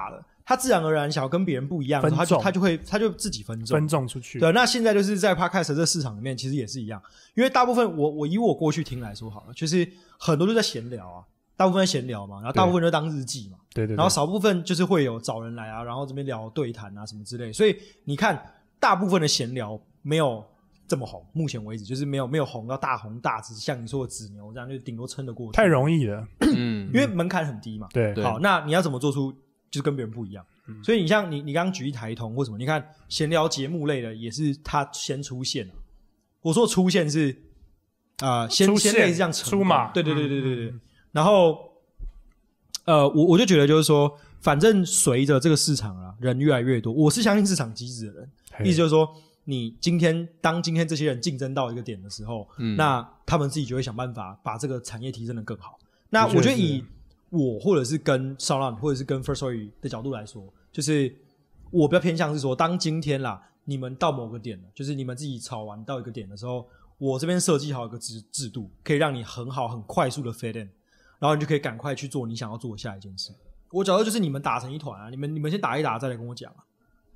他自然而然想要跟别人不一样的时候，他就他就会他就自己分众分众出去。 对，那现在就是在 Podcast 这个市场里面，其实也是一样，因为大部分我我以我过去听来说好了，就是很多都在闲聊啊，大部分在闲聊嘛，然后大部分就当日记嘛， 对 对, 对， 然后少部分就是会有找人来啊，然后这边聊对谈啊什么之类，所以你看，大部分的闲聊没有这么红，目前为止就是没有没有红到大红大紫，像你说的紫牛这样，就顶多撑得过去。 太容易了， 嗯，因为门槛很低嘛。 对， 好，那你要怎么做出就是跟别人不一样？嗯、所以你像你你刚刚举一台通或什么，你看闲聊节目类的也是他先出现了。我说的出现是啊、呃，先先类似这样出马， 对对对对对对。嗯、然后呃，我我就觉得就是说，反正随着这个市场啊，人越来越多，我是相信市场机制的人，意思就是说。你今天当今天这些人竞争到一个点的时候，嗯，那他们自己就会想办法把这个产业提升得更好。那我觉得以我或者是跟 SoundOn 或者是跟 Firstory 的角度来说，就是我比较偏向是说，当今天啦，你们到某个点了，就是你们自己炒完到一个点的时候，我这边设计好一个制制度，可以让你很好很快速的 fit in， 然后你就可以赶快去做你想要做的下一件事。我假如就是你们打成一团啊，你们你们先打一打，再来跟我讲啊。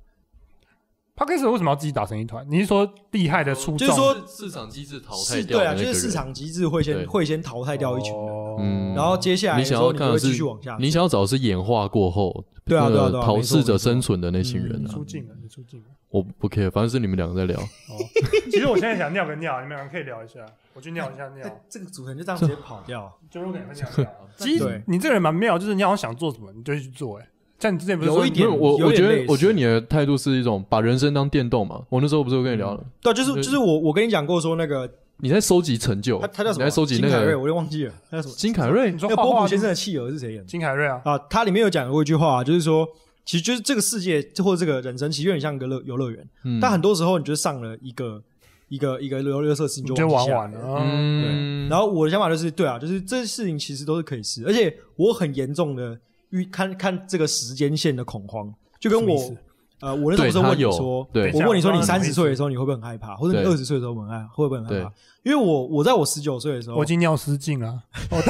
Podcast 为什么要自己打成一团？你是说厉害的出众， 就是说市场机制淘汰掉的那个人？ 对啊，就是市场机制会先会先淘汰掉一群人， 嗯， 然后接下来的时候你会继续往下。 你想要找的是演化过后， 对啊对啊对啊， 讨适者生存的那群人啊。 出镜了，你出镜了。 我不 care， 反正是你们两个在聊。 哦，其实我现在想尿个尿，你们两个可以聊一下。我去尿一下尿。 这个主持人就这样直接跑掉， 就我可能会尿尿。其实你这个人蛮妙，就是你好像想做什么，你就去做。哎。像你之前不是说有一点， 我我觉得我觉得你的态度是一种把人生当电动嘛。我那时候不是有跟你聊了， 对，就是就是我我跟你讲过说那个你在收集成就， 他他叫什么？ 你在收集那个金凯瑞，我就忘记了，他叫什么？ 金凯瑞， 你说波普先生的企鹅是谁演的？ 金凯瑞啊啊，他里面有讲过一句话，就是说，其实就是这个世界或者这个人生，其实有点像一个乐游乐园，嗯，但很多时候你就上了一个一个一个游乐设施，你就玩完了， 嗯，对。然后我的想法就是，对啊，就是这些事情其实都是可以试，而且我很严重的。看看这个时间线的恐慌，就跟我呃，我那时候不是问你说，我问你说你三十岁的时候你会不会很害怕，或者你二十岁的时候很害会不会很害怕？因为我我在我十九岁的时候， 我已经尿失禁了。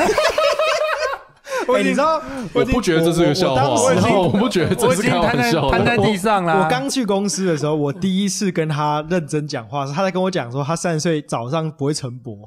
欸、你知道， 我不觉得这是个笑话，我, 我不觉得这是开玩笑的。 瘫在地上了。 我刚去公司的时候，我第一次跟他认真讲话，他在跟我讲说，他三十岁早上不会晨勃。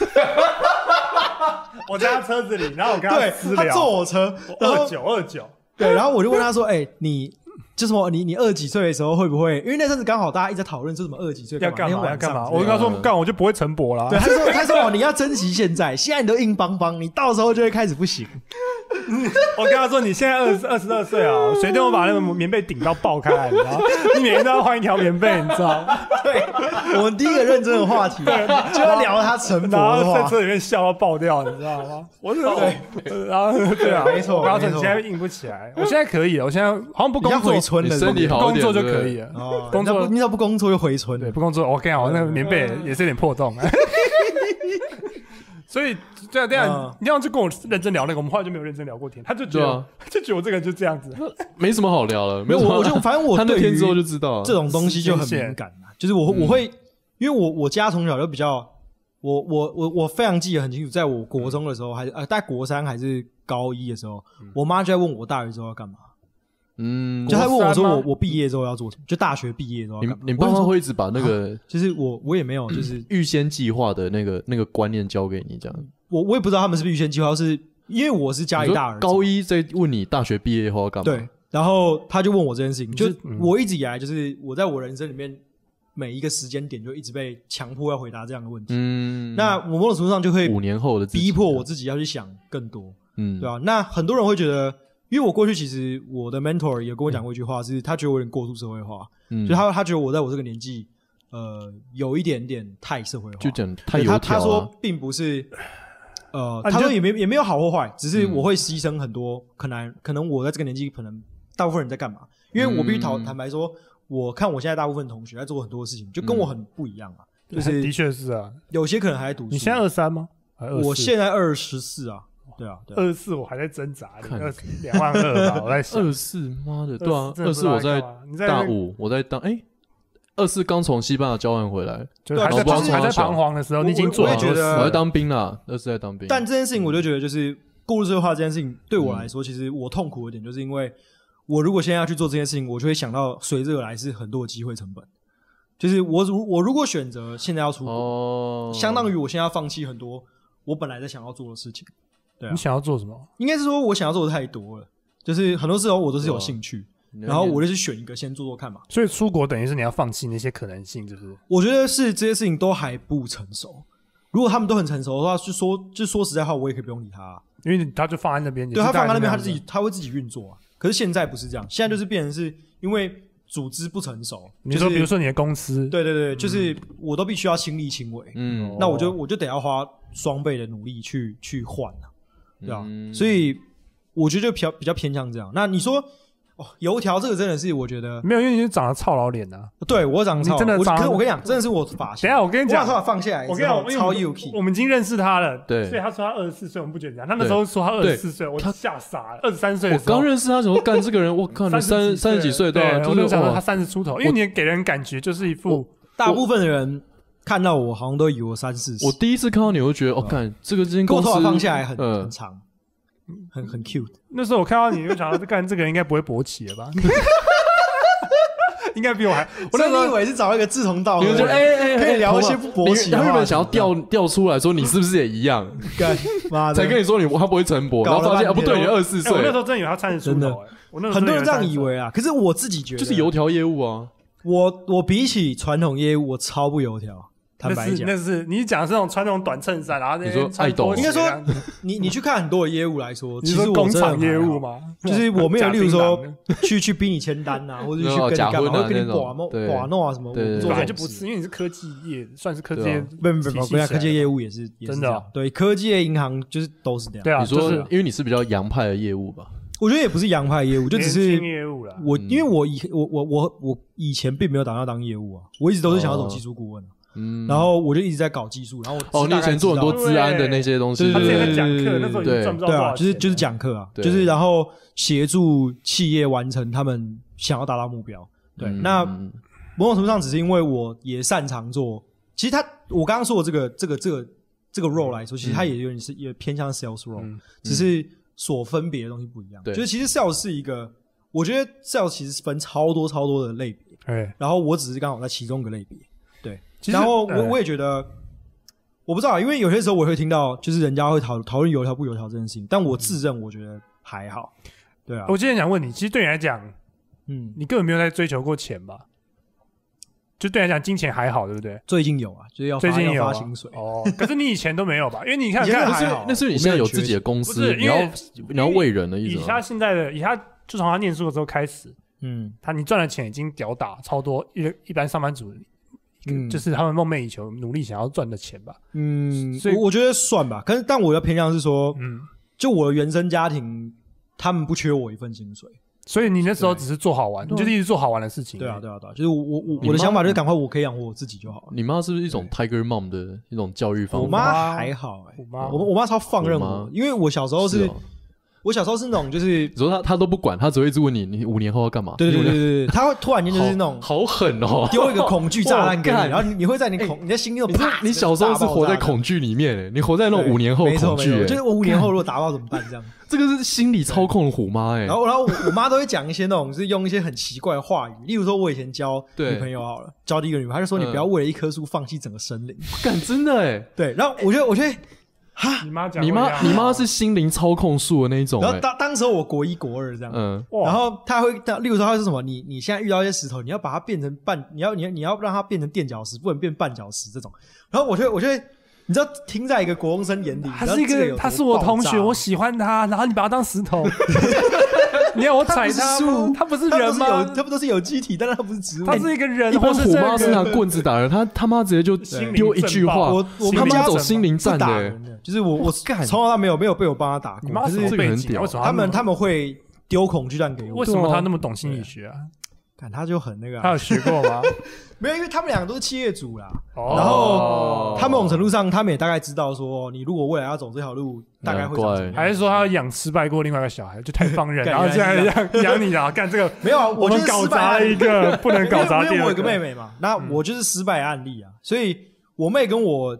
我在他车子里，然后我跟他私聊， 他坐我车， 二九二九， 对，然后我就问他说：“哎、欸，你就什么？你你二几岁的时候会不会？因为那阵子刚好大家一直在讨论说什么二几岁要干嘛要干嘛。”我跟他说：“干，我就不会晨勃啦。” 对，他说：“他说哦，你要珍惜现在，现在你都硬邦邦，你到时候就会开始不行。” 我跟他说：“你现在二十二十二岁啊，随便我把那个棉被顶到爆开来，你知道？你每天都要换一条棉被，你知道？” 对，我们第一个认真的话题就要聊他晨勃的话， 然后在车里面笑到爆掉，你知道吗？我是对，然后对啊， 没错， 然后你现在硬不起来，我现在可以了，我现在好像不工作， 回春了， 身体好一点，工作就可以了。 哦，工作你要不工作就回春， 对，不工作我跟你讲，我那个棉被也是有点破洞。所以对啊对啊，你这样就跟我认真聊那个，我们后来就没有认真聊过天，他就觉得、啊、就觉得我这个人就这样子， 没什么好聊了。 没有，我就反正我他那天之后就知道这种东西就很敏感嘛，就是我我会，因为我我家从小就比较，我我我我非常记得很清楚，在我国中的时候，还是呃在国三还是高一的时候，嗯、我妈就在问我大学之后要干嘛。嗯，就他问我说我我毕业之后要做什么，就大学毕业之后要干嘛。 你你爸妈会一直把那个、啊， 就是我我也没有就是预先计划的那个那个观念教给你这样。 我我也不知道他们是不是预先计划，是因为我是家里大儿子， 高一在问你大学毕业后要干嘛？ 对，然后他就问我这件事情，就是我一直以来就是我在我人生里面每一个时间点就一直被强迫要回答这样的问题。嗯，那我某种程度上就会五年后的逼迫我自己要去想更多。嗯，对吧？那很多人会觉得。因为我过去其实我的 mentor 也跟我讲过一句话，是他觉得我有点过度社会化，嗯，就他他觉得我在我这个年纪，呃，有一点点太社会化， 就讲太油条啊。 他他说并不是，呃，他说也没也没有好或坏，只是我会牺牲很多，可能可能我在这个年纪，可能大部分人在干嘛？因为我必须坦坦白说，我看我现在大部分同学在做很多事情，就跟我很不一样嘛，就是的确是啊， 有些可能还在读书。 你现在二十三吗？ 我现在二十四啊。对啊， 二十四我还在挣扎，两万二吧，我在想。 二十四，妈的，对啊，二十四我在大五，我在当哎，二十四刚从西班牙交换回来， 就还在还在彷徨的时候，你已经做了。 我也觉得我在当兵啦，二十四在当兵。 但这件事情，我就觉得就是过度社会化这件事情，对我来说，其实我痛苦的点，就是因为我如果现在要去做这件事情，我就会想到随之而来是很多的机会成本。就是我如我如果选择现在要出国，哦、相当于我现在要放弃很多我本来在想要做的事情。对啊， 你想要做什么？ 应该是说我想要做的太多了，就是很多时候我都是有兴趣，哦、然后我就去选一个先做做看嘛。 所以出国等于是你要放弃那些可能性，就是我觉得是这些事情都还不成熟。如果他们都很成熟的话，就说就说实在话，我也可以不用理他、啊， 因为他就放在那边， 对他放在那边，他自己他会自己运作啊。可是现在不是这样，现在就是变成是因为组织不成熟。 你说，就是、比如说你的公司， 对对对，嗯、就是我都必须要亲力亲为，嗯，那我就我就得要花双倍的努力去去换啊，对吧、啊嗯？所以我觉得就比较比较偏向这样。那你说？哦，油条这个真的是我觉得没有，因为你长得操老脸啊。 对我长得操， 你真的长得， 可是我跟你讲，真的是我发现。 等一下我跟你讲， 我把头发放下来， 我跟你讲， 超 U K。 我们已经认识他了， 对， 所以他说他二十四岁，我们不觉得这样。他那时候说他二十四岁，我吓傻了。二十三岁的时候， 我刚认识他，怎么干这个人？我靠，你三三十几岁，对， 我就想到他三十出头，因为你给人感觉就是一副大部分的人看到我好像都以为我三四十。 我第一次看到你，我就觉得，哦，干这个这间公司， 我头发放下来很很长。很很 cute， 那时候我看到你就想到，干这个人应该不会勃起了吧？应该比我还…… 我那时候以为是找一个志同道合，就哎哎可以聊一些不勃起的话。 他原本想要调调出来说你是不是也一样？ 干妈的， 才跟你说你他不会晨勃，然后发现啊不对，你二十四岁。 我那时候真的以为他三十出头，哎，我那时候很多人这样以为啊。可是我自己觉得， 就是油条业务啊。 我我比起传统业务，我超不油条。坦白讲， 那是你讲的是那种穿那种短衬衫，然后你说爱豆， 应该说你你去看很多的业务来说，其实工厂业务嘛， 就是我没有，例如说去去逼你签单啊，或者去跟你干嘛，或者跟你寡弄寡弄啊什么， 本来就不是，因为你是科技业，算是科技业， 不不不，不科技业务也是真的， 对，科技业银行就是都是这样。 对啊， 你说因为你是比较洋派的业务吧？ 我觉得也不是洋派业务，就只是业务啦。 我因为我以我我我我以前并没有打算当业务啊，我一直都是想要走技术顾问。嗯，然后我就一直在搞技术，然后我哦，你以前做很多资安的那些东西， 他之前在讲课，那时候也赚不到多少钱， 对啊，就是就是讲课啊，就是然后协助企业完成他们想要达到目标。对，嗯、那某种程度上只是因为我也擅长做，其实他我刚刚说的这个这个这个这个 role 来说，其实它也有点是也偏向 sales role，、嗯、只是所分别的东西不一样。就是其实 sales 是一个，我觉得 sales 其实分超多超多的类别， 对， 然后我只是刚好在其中一个类别。然后我我也觉得，我不知道，因为有些时候我会听到，就是人家会讨讨论油条不油条这件事情，但我自认我觉得还好，对啊。 我今天想问你，其实对你来讲，嗯，你根本没有在追求过钱吧？就对你来讲，金钱还好，对不对？ 最近有啊，就是要最近有发薪水哦。可是你以前都没有吧？因为你看， 以前看还好， 那是你现在有自己的公司，你要你要为人的意思。 以他现在的，以他就从他念书的时候开始，嗯，他你赚的钱已经屌打超多一一般上班族。嗯，就是他们梦寐以求、努力想要赚的钱吧。 嗯，所以 我, 我觉得算吧。可是，但我要偏向是说，嗯，就我的原生家庭，他们不缺我一份薪水， 所以你那时候只是做好玩，你就是一直做好玩的事情。 对啊，对啊，对啊，就是我我我的想法就是赶快我可以养活我自己就好了。 你妈是不是一种 Tiger Mom 的一种教育方法？ 我妈还好、欸，我妈我我妈超放任我，因为我小时候是。是我小时候是那种，就是你说他他都不管，他只会一直问你，你五年后要干嘛？ 对对对对对，他会突然间就是那种好, 好狠哦， 丢一个恐惧炸弹给你，然后你会在你恐、欸、你在心里头啪， 你小时候是活在恐惧里面，你活在那种五年后恐惧， 就是我五年后如果达不到怎么办？这样， 这个是心理操控的虎妈哎。 然后然后我我妈都会讲一些那种，就是用一些很奇怪的话语，例如说我以前交女朋友好了，交第一个女朋友，她就说你不要为了一棵树放弃整个森林， 干真的哎， 对，然后我觉得我觉得。 哈，你妈讲， 你妈你妈是心灵操控术的那一种、欸。 然后当当时我国一国二这样，嗯，然后他会，例如说他是什么？你你现在遇到一些石头，你要把它变成半，你要你要你要让它变成垫脚石，不能变绊脚石这种。然后我觉得我觉得，你知道，听在一个国中生眼里， 他是一个，他是我同学，我喜欢他，然后你把他当石头。你要我踩他吗？他不是人吗？ 他不都是有机体，但是他不是植物。 他是一个人， 一般虎妈是拿棍子打人，他他妈直接就丢一句话， 我我他妈走心灵战的，就是我我从小他没有没有被我帮他打过。 你妈是这个很屌， 他们他们会丢恐惧弹给我。 为什么他那么懂心理学啊？ 看他就很那个、啊， 他有学过吗？ 没有，因为他们两个都是企业主啦。哦、然后他某种程度上，他们也大概知道说，你如果未来要走这条路，大概会怎么样。 还是说他要养失败过另外一个小孩，就太放任，然后现在养养你啊？干这个没有啊？ 我们搞砸了一个，不能搞砸第二个。 因为我有个妹妹嘛，那我就是失败案例啊。所以我妹跟我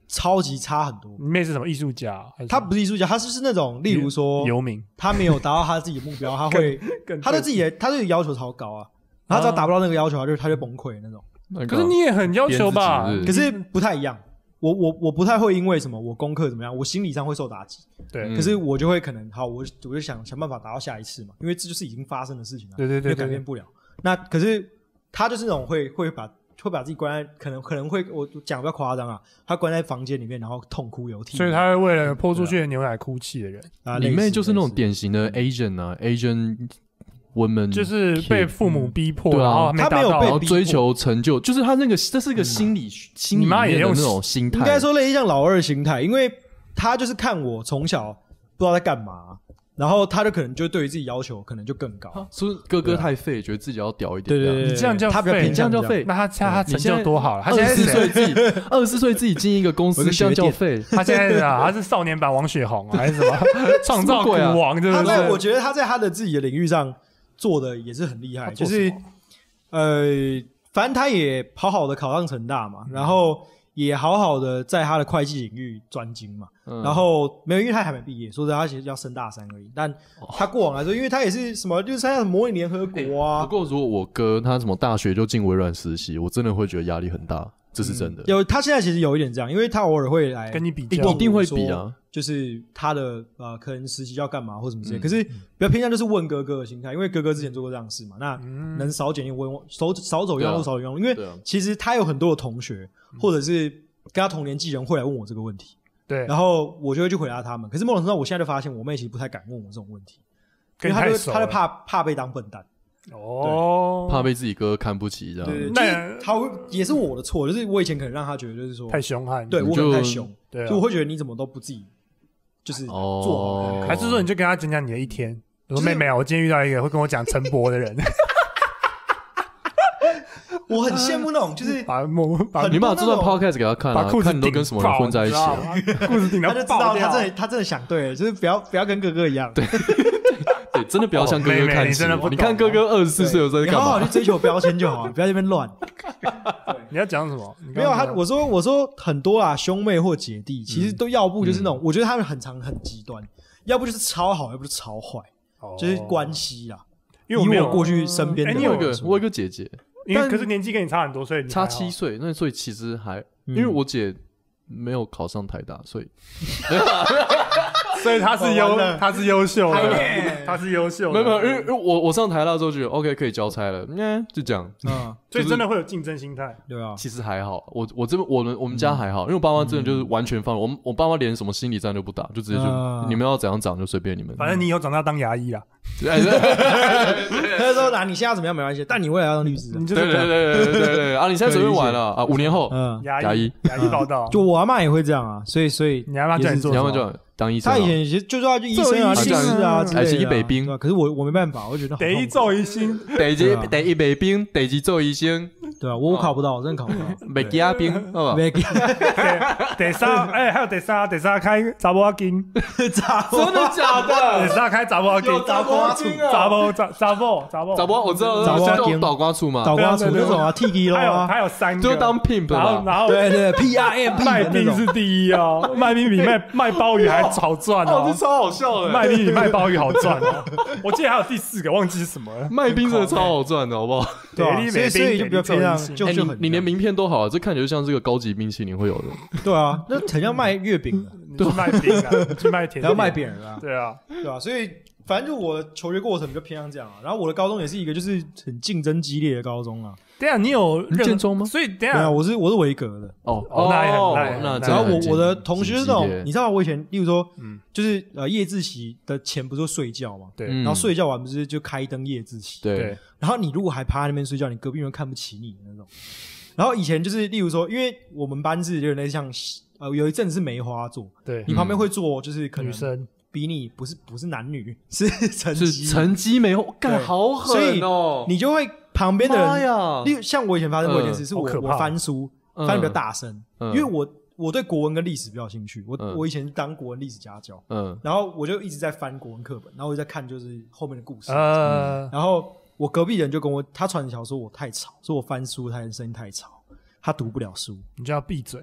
超级差很多。 你妹是什么艺术家？ 他不是艺术家，他就是那种，例如说游民， 他没有达到他自己的目标，他会，他对自己的他对自己要求超高啊，然后只要达不到那个要求，他就他就崩溃那种。 可是你也很要求吧？ 可是不太一样。我我我不太会因为什么我功课怎么样，我心理上会受打击。 对， 可是我就会可能好，我我就想想办法达到下一次嘛，因为这就是已经发生的事情了， 对对对， 改变不了。那可是他就是那种会会把会把自己关在，可能可能会我讲比较夸张啊，他关在房间里面，然后痛哭流涕。 所以他会为了泼出去的牛奶哭泣的人。 啊， 里面就是那种典型的 Asian 啊 ，Asian women， 就是被父母逼迫， 对啊， 然后他没有被然后追求成就，就是他那个这是一个心理心里面的那种心态， 应该说类似像老二心态，因为他就是看我从小不知道在干嘛。然后他就可能就对于自己要求可能就更高， 所以哥哥太废，觉得自己要屌一点。 对对对， 你这样叫他比较偏向叫废， 那他他成就多好了。他二十四岁自己二十四岁自己经营一个公司，这样叫废。 他现在啊，他是少年版王雪红还是什么创造股王？对不对？ 他在我觉得他在他的自己的领域上做的也是很厉害，就是呃，反正他也好好的考上成大嘛，然后也好好的在他的会计领域专精嘛。嗯、然后没有，因为他还没毕业，说实在，他其实要升大三而已。但他过往来说，因为他也是什么，就是参加模拟联合国啊。 不过如果我哥他什么大学就进微软实习，我真的会觉得压力很大，这是真的。 嗯、有他现在其实有一点这样，因为他偶尔会来跟你比较， 一定会比啊。 就是他的呃，可能实习要干嘛或什么之类、嗯，可是比较偏向就是问哥哥的心态，因为哥哥之前做过这样的事嘛，那能少捡一问少少走冤枉路少走冤枉路，因为其实他有很多的同学、嗯、或者是跟他同年纪人会来问我这个问题。对，然后我就会去回答他们。可是某种程度上，我现在就发现，我妹其实不太敢问我这种问题，因为她就她就怕怕被当笨蛋， 哦， 怕被自己哥看不起这样。 对，那他也是我的错，就是我以前可能让他觉得就是说太凶悍， 对我可能太凶， 对、啊， 就我会觉得你怎么都不自己就是做好看看、 哦，还是说你就跟他讲讲你的一天？我说妹妹啊，我今天遇到一个会跟我讲陈博的人。 我很羡慕那种，就是把把你把这段 podcast 给他看啊，看你都跟什么人混在一起啊， 裤子顶到他就知道他真的他真的想对了，就是不要不要跟哥哥一样， 对对，真的不要像哥哥看齐。 你看哥哥二十四岁的时候在干嘛？ 你好好去追求标签就好，不要在那边乱。 你要讲什么？ 没有他，我说我说很多啊，兄妹或姐弟其实都要不就是那种，我觉得他们很常很极端，要不就是超好，要不就是超坏，就是关系啦。 因为我没有过去身边的， 你有一个我有一个姐姐。 因为可是年纪跟你差很多，所以你差七岁，那所以其实还、嗯、因为我姐没有考上台大，所以所以她是优，她是优秀的，她是优秀的。 没有没有，因为因为我我上台大之后觉得 OK 可以交差了，嗯，就这样， 嗯，所以真的会有竞争心态， 对啊。 其实还好，我我这边我们我们家还好，因为我爸妈真的就是完全放了，我们我爸妈连什么心理战都不打，就直接就、嗯、你们要怎样长就随便你们， 反正你以后长大当牙医啦。 他说：“啊，你现在要怎么样没关系，但你未来要当律师。” 你就对对对对对对啊！你现在随便玩了啊，五年后， 嗯， 牙医牙医报道， 就我阿嬷也会这样啊，所以所以你阿嬷叫你做什么？ 你阿嬷叫你当医生， 他以前其实就说他去医生啊、律师啊之类的， 还是一北兵， 可是我我没办法，我觉得第一做医生， 第一第一北兵，第二做医生， 对啊，我我考不到，我真的考不到， 没给阿兵，好吧？ 没给。 第三，哎，还有第三，第三开查某金， 查真的假的？ 第三开查某金， 查某金啊， 查某查查某查某查某，我知道， 查某金倒瓜处嘛， 倒瓜处那种啊 ，T K 咯， 还有还有三个， 就当 pimp 然后然后对对 ，P R M 卖冰是第一哦，卖冰比卖卖鲍鱼还好赚哦， 这超好笑的， 卖冰比卖鲍鱼好赚哦。我记得还有第四个，忘记是什么了。 卖冰真的超好赚的，好不好？ 对啊，所以所以就比较偏向，就就很你连名片都好啊，这看起来就像是个高级冰淇淋会有的。 对啊，那很像卖月饼的， 对，卖冰啊，去卖甜， 还要卖饼啊， 对啊， 对啊，所以反正就我的求学过程比较偏向这样啊。然后我的高中也是一个就是很竞争激烈的高中啊。 等一下你有建中吗？ 所以等一下， 对啊，我是我是维格的哦哦，那也很那然后我我的同学是那种，你知道我以前，例如说，嗯，就是呃夜自习的前不是睡觉嘛， 对， 然后睡觉完不是就开灯夜自习， 对， 然后你如果还趴在那边睡觉，你隔壁人看不起你那种。然后以前就是例如说，因为我们班是有点类似像呃有一阵子是梅花座， 对， 你旁边会坐就是可能女生。 比你不是不是男女是成绩是成绩没有干好狠哦， 你就会旁边的人， 呀例如像我以前发生过一件事，是我我翻书翻得比较大声，因为我我对国文跟历史比较有兴趣，我我以前当国文历史家教，嗯，然后我就一直在翻国文课本，然后我就在看就是后面的故事，然后我隔壁人就跟我他传小说我太吵，说我翻书他声音太吵，他读不了书， 你就要闭嘴啊。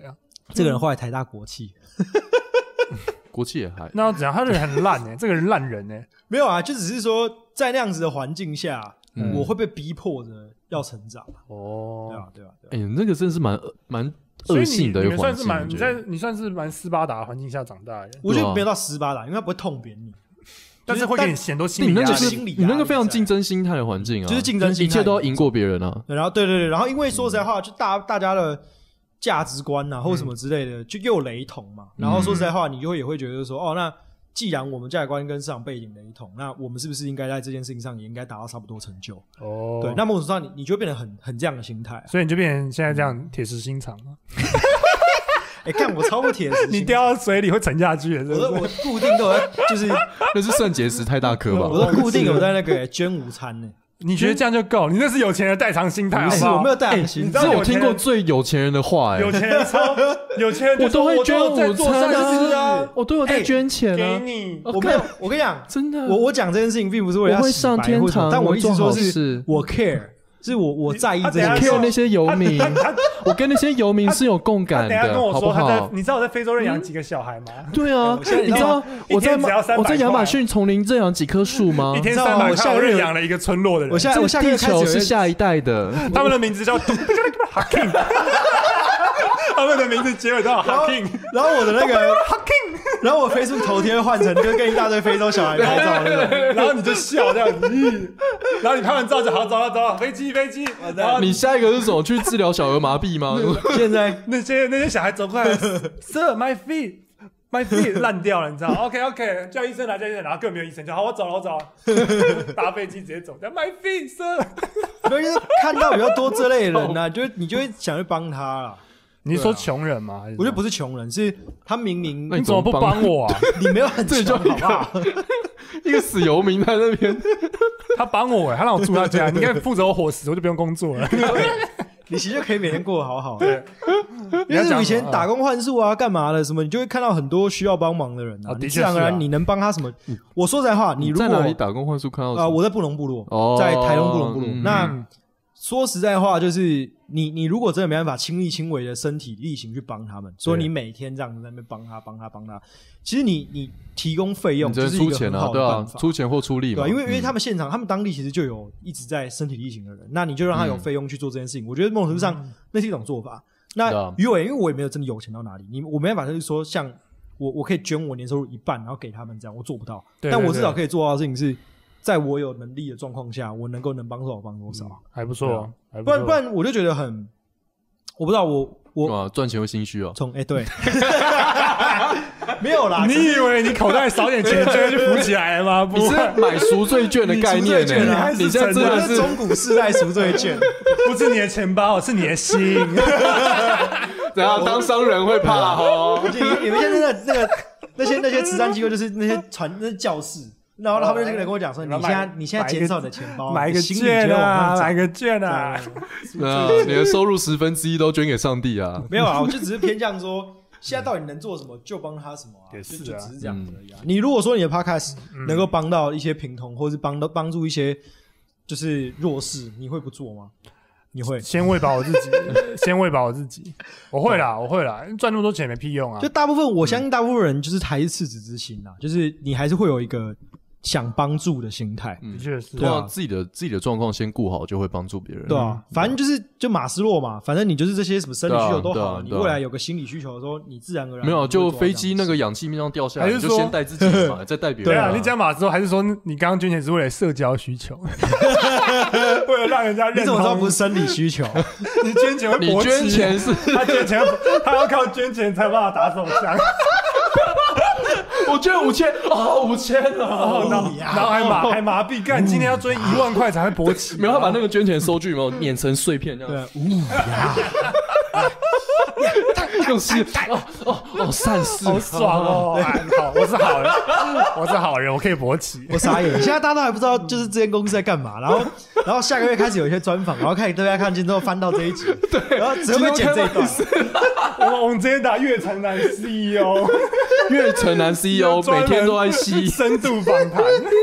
这个人后来台大国企， 国企也还那要怎样？他人很烂哎、欸，这个人烂人哎、欸， 没有啊，就只是说在那样子的环境下， 嗯、 我会被逼迫着要成长。 哦， 对啊，对啊，对啊。 哎、欸，那个真的是蛮蛮恶性的一个环境。 算是蛮你在你算是蛮斯巴达的环境下长大的。 我觉得没有到斯巴达，因为他不会痛扁你。 但是会给你很多心理压力， 心理你那个非常竞争心态的环境啊， 就是竞争心态， 一切都要赢过别人啊。 然后对对对，然后因为说实在话，就大大家的价值观啊，或什么之类的，就又雷同嘛。然后说实在话，你就会也会觉得说，哦，那既然我们价值观跟市场背景雷同，那我们是不是应该在这件事情上也应该达到差不多成就？哦，对，那某种程度上你你就会变得很很这样的心态， 所以你就变成现在这样铁石心肠了。 哎、欸，看我超不铁石， 你掉到水里会沉下去的。 我我固定都有在，就是那是肾结石太大颗吧？ 我都固定有在那个、欸、捐午餐呢、欸。 你觉得这样就够？你那是有钱人代偿心态， 不是我没有代偿心态。 这我听过最有钱人的话、欸， 有钱人超有钱人， 我都会捐午餐啊， 我都有在捐钱啊。 给你， 我没有，我跟你讲， 真的， 我我讲这件事情并不是为了要洗白或者，但我一直说是我 care。是我我在意这些 care 那些游民，我跟那些游民是有共感的， 跟我说好不好？ 你知道我在非洲认养几个小孩吗？ 对啊，你知道我在我在亚马逊丛林认养几棵树吗？ 一天三百块，我认养了一个村落的人。 我下我下地球是下一代的， 他们的名字叫 Hakim， 他们的名字结尾都有 Hakim， 然后我的那个 Hakim， 然后我 Facebook 头贴换成就跟一大堆非洲小孩拍照那种， 然后你就笑这样子，然后你拍完照就好，走了走了，飞机飞机。 然后你下一个是什么？去治疗小儿麻痹吗？ 现在那些那些小孩走过来 ，Sir my feet my feet 烂掉了，你知道 ？OK OK， 叫医生来叫医生，然后根本没有医生，就好，我走了我走了，搭飞机直接走，叫 my feet Sir。 所以就是看到比较多这类的人啊，就你就会想去帮他啦。 你是说穷人吗？ 我觉得不是穷人，是他明明你怎么不帮我啊？ 你没有很穷，好不好？ 一个死游民在那边， 他帮我哎，他让我住他家，你应该负责我伙食，我就不用工作了。 你其实就可以每天过得好好的。对，因为以前打工换宿啊，干嘛的什么，你就会看到很多需要帮忙的人啊。 哦、 你自然而然你能帮他什么？我说实在话，你如果在哪里打工换宿看到啊、 呃？我在布隆部落， 哦、 在台东布隆部落。 嗯、 那、嗯、说实在话，就是你你如果真的没办法亲力亲为的身体力行去帮他们，所以你每天这样子在那边帮他帮他帮他，其实你你提供费用就是一个很好的办法， 对啊，出钱或出力嘛。 对、啊，因为因为他们现场、嗯、他们当地其实就有一直在身体力行的人，那你就让他有费用去做这件事情。嗯、我觉得某种程度上、嗯、那是一种做法。那于我，因为我也没有真的有钱到哪里，你我没办法就是说像我我可以捐我年收入一半，然后给他们这样，我做不到。 对对对， 但我至少可以做到的事情是，在我有能力的状况下，我能够能帮多少帮多少， 嗯、还不错、啊。 不然不然我就觉得很，我不知道我我赚钱会心虚哦。 从哎、欸、对，没有啦。 你以为你口袋少点钱就会去扶起来了吗？不你是买赎罪券的概念呢、欸？ 啊、 你现在真的是中古世代赎罪券， 不是你的钱包，是你的心。 然后当商人会怕哦。 你们现在那个那个那些那些慈善机构，就是那些传那些教室。然后他们就跟我讲说：“你现在你现在减少你的钱包， 买个券啊，买个券啊， 啊，你的收入十分之一都捐给上帝啊！ 没有啊，我就只是偏向说，现在到底能做什么就帮他什么啊， 也是就就只是这样子而已啊。你如果说你的 podcast 能够帮到一些贫童，或是帮到帮助一些就是弱势，你会不做吗？你会先喂饱我自己，先喂饱我自己，我会啦，我会啦，赚那么多钱没屁用啊。 就大部分我相信大部分人就是还是赤子之心啊，就是你还是会有一个。”想帮助的心态， 的确是， 对啊，自己的自己的状况先顾好，就会帮助别人。 对啊，反正就是就马斯洛嘛，反正你就是这些什么生理需求都好，你未来有个心理需求的时候，你自然而然没有，就飞机那个氧气面上掉下来，你就先带自己嘛，再带别人。 对啊，你讲马斯洛还是说你刚刚捐钱是为了社交需求，为了让人家认同？ 你怎么知道不是生理需求？ 你捐钱会勃起， 你捐钱是他捐钱，他要靠捐钱才办法打手枪。 我捐五千哦，五千啊！ 然后然后还麻还麻痹，干今天要捐一万块才会勃起。 没有，他把那个捐钱收据有没有碾成碎片这样？ 对，呜呀， 用心哦哦哦，善事， 好爽哦！好，我是好人，我是好人，我可以勃起。 我傻眼，现在大家都还不知道，就是这间公司在干嘛。然后，然后下个月开始有一些专访，然后开始大家看见之后翻到这一集，对，然后只会剪这一段。 我我们直接打岳城南 C E O。 岳城南 C E O 每天都在吸深度访谈，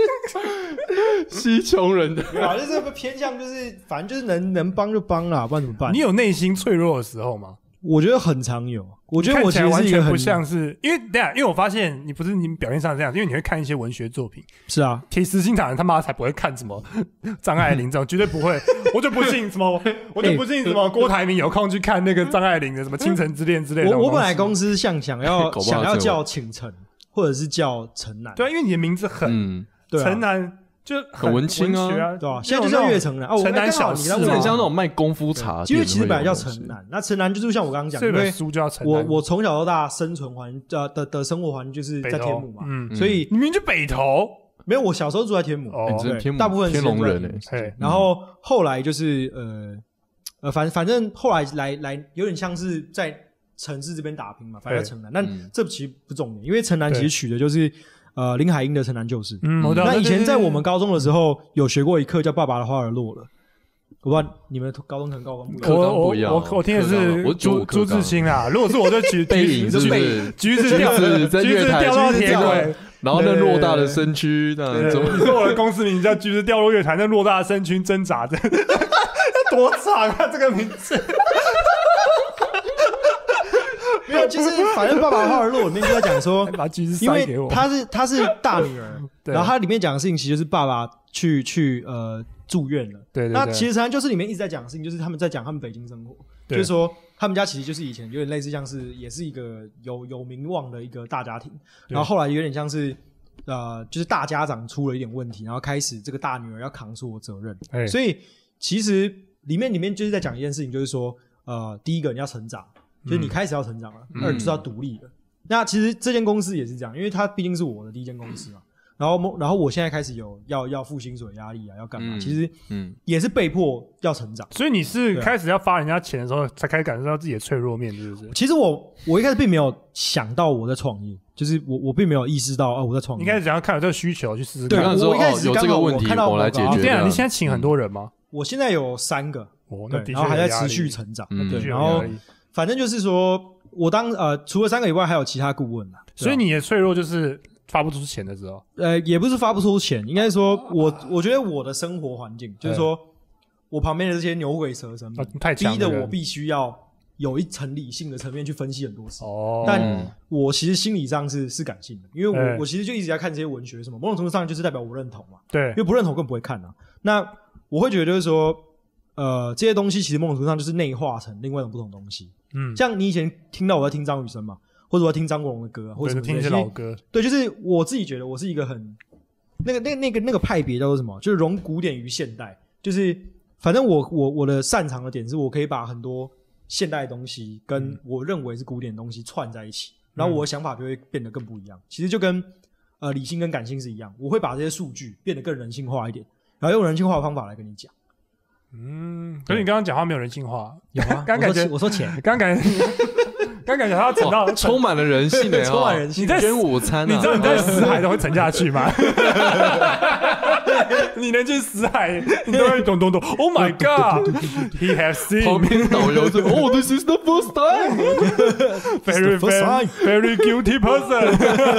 吸穷人的， 啊，就是偏向就是反正就是能能帮就帮啦，不然怎么办？ 你有内心脆弱的时候吗？ 我觉得很常有，我觉得我其实是一个很不像是，因为等一下，因为我发现你不是你表面上这样，因为你会看一些文学作品。 是啊， 铁石心肠人他妈才不会看什么张爱玲这种，绝对不会。我就不信什么，我就不信什么郭台铭有空去看那个张爱玲的什么《倾城之恋》之类的。 我我本来公司像想要想要叫倾城，或者是叫城南。 对啊，因为你的名字很、嗯、城南。就 很, 很文青啊， 对吧、啊？现在就叫越城南， 城南小吃， 很像那种卖功夫茶。 因为其实本来叫城南，那城南就是像我刚刚讲， 这本书叫城南。 我我从小到大生存环呃的的生活环境就是在天母嘛，嗯，所以你明明就北投， 没有，我小时候住在天母， 哦， 对， 天母大部分天龙人哎，然后后来就是呃呃，反反正后来来来有点像是在城市这边打拼嘛，反正在城南，但这其实不重点，因为城南其实取的就是。呃，林海音的《城南旧事》。嗯，那以前在我们高中的时候有学过一课叫《爸爸的花儿落了》，我不知道你们高中可能高中不一样。 我不一样我我听的是朱朱自清啦。如果是我就橘背影，是不是橘子掉在橘子掉到铁轨， 然后那偌大的身躯，这样。 你说我的公司名叫橘子掉落月台，那偌大的身躯挣扎着，多长啊这个名字。 没有，就是反正《爸爸的花儿落》里面就在讲说，因为他是他是大女儿，然后他里面讲的事情其实就是爸爸去去呃住院了。 对 对, 对。 那其实就是里面一直在讲的事情，就是他们在讲他们北京生活，就是说他们家其实就是以前有点类似像是也是一个有有名望的一个大家庭，然后后来有点像是呃就是大家长出了一点问题，然后开始这个大女儿要扛所有责任。欸、所以其实里面里面就是在讲一件事情，就是说呃第一个你要成长。就是你开始要成长了，嗯、二就是要独立了。那其实这间公司也是这样，因为它毕竟是我的第一间公司嘛。然后，然后我现在开始有要要付薪水压力啊，要干嘛？嗯、其实，嗯，也是被迫要成长。 所以你是开始要发人家钱的时候，才开始感受到自己的脆弱面，是不是？ 其实我我一开始并没有想到我在创业，就是我我并没有意识到哦我在创业。 你开始想要看有这个需求去试试看。 对，我一开始有这个问题， 看到我来解决。 对啊，你现在请很多人吗？ 我现在有三个， 哦，那的确然后还在持续成长。 嗯、 对，然后反正就是说。我当呃，除了三个以外，还有其他顾问啦。 所以你的脆弱就是发不出钱的时候。 呃，也不是发不出钱，应该说我我觉得我的生活环境，就是说我旁边的这些牛鬼蛇神， 啊、太强了， 逼得我必须要有一层理性的层面去分析很多事。哦，但我其实心理上是是感性的，因为我、欸、我其实就一直在看这些文学什么，某种程度上就是代表我认同嘛。 对， 因为不认同更不会看啊。那我会觉得就是说。呃，这些东西其实某种程度上就是内化成另外一种不同东西。嗯，像你以前听到我在听张雨生嘛，或者我在听张国荣的歌啊，或者听一些老歌。 对，就是我自己觉得我是一个很那个那个那个那个派别叫做什么？就是融古典于现代。就是反正我我我的擅长的点是我可以把很多现代的东西跟我认为是古典的东西串在一起，嗯、然后我的想法就会变得更不一样。其实就跟呃理性跟感性是一样，我会把这些数据变得更人性化一点，然后用人性化的方法来跟你讲。 嗯，可是你刚刚讲话没有人性化， 有啊？ 刚感觉我说钱， 刚感觉，刚感觉他要沉到充满了人性的， 充满人性。 你在捐午餐， 你知道你在死海都会沉下去吗？你能去死海，你都会咚咚咚 ！Oh my god, he has seen。 旁边导游说 ：“Oh, this is the first time, very very very guilty person。”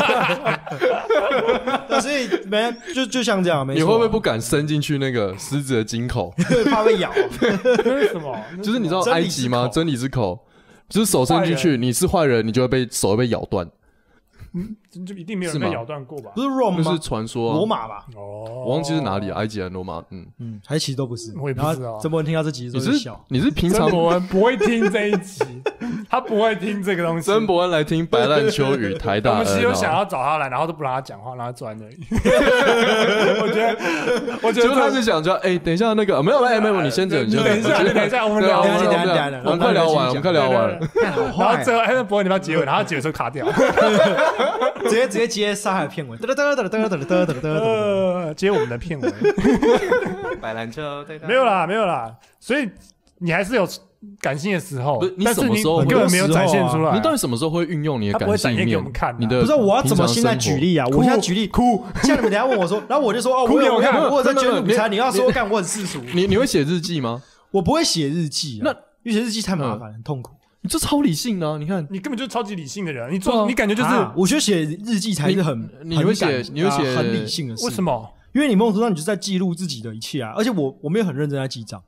所以没就就像这样，没错。 你会不会不敢伸进去那个狮子的井口？ 怕被咬？ 为什么？ 就是你知道埃及吗？真理之口，就是手伸进去，你是坏人，你就会被手会被咬断。 嗯，就一定没有人被咬断过吧？ 不是 Rome 吗？ 那是传说、啊， 罗马吧？ 哦，我忘记是哪里，埃及还是罗马？嗯嗯，还其实都不是， 我也不知道。 曾博文听到这集， 你是你是平常曾博文不会听这一集，他不会听这个东西。 曾博文来听白烂秋与台大， 我们其实有想要找他来，然后都不让他讲话，让他坐在那里。我觉得，我觉得他是想说，哎，等一下那个没有没有没有，你先等， 你等一下，等一下，我们聊， 我们我们快聊完，我们快聊完。 然后最后哎，博文你要结尾，然后结尾时候卡掉。 直接直接接沙海片尾，嘚嘚嘚嘚嘚嘚嘚嘚嘚， 接我们的片尾。 白兰秋没有啦，没有啦，所以你还是有感性的时候， 不是你什么时候根本没有展现出来。 你到底什么时候会运用你的感性面？ 给我们看， 你的不是我要怎么现在举例啊？我现在举例哭， 像你们等下问我说，然后我就说哦，我有看，我有在捐午餐，你要说干我很世俗。 你你会写日记吗？ 我不会写日记，那因为写日记太麻烦，很痛苦。 你这超理性的、啊，你看， 你根本就是超级理性的人。你做，啊、你感觉就是， 啊、我觉得写日记才是很， 你会写，你会写、 呃、很理性的事。 为什么？ 因为你某种程度上你就是在记录自己的一切啊，而且我我没有很认真在记账，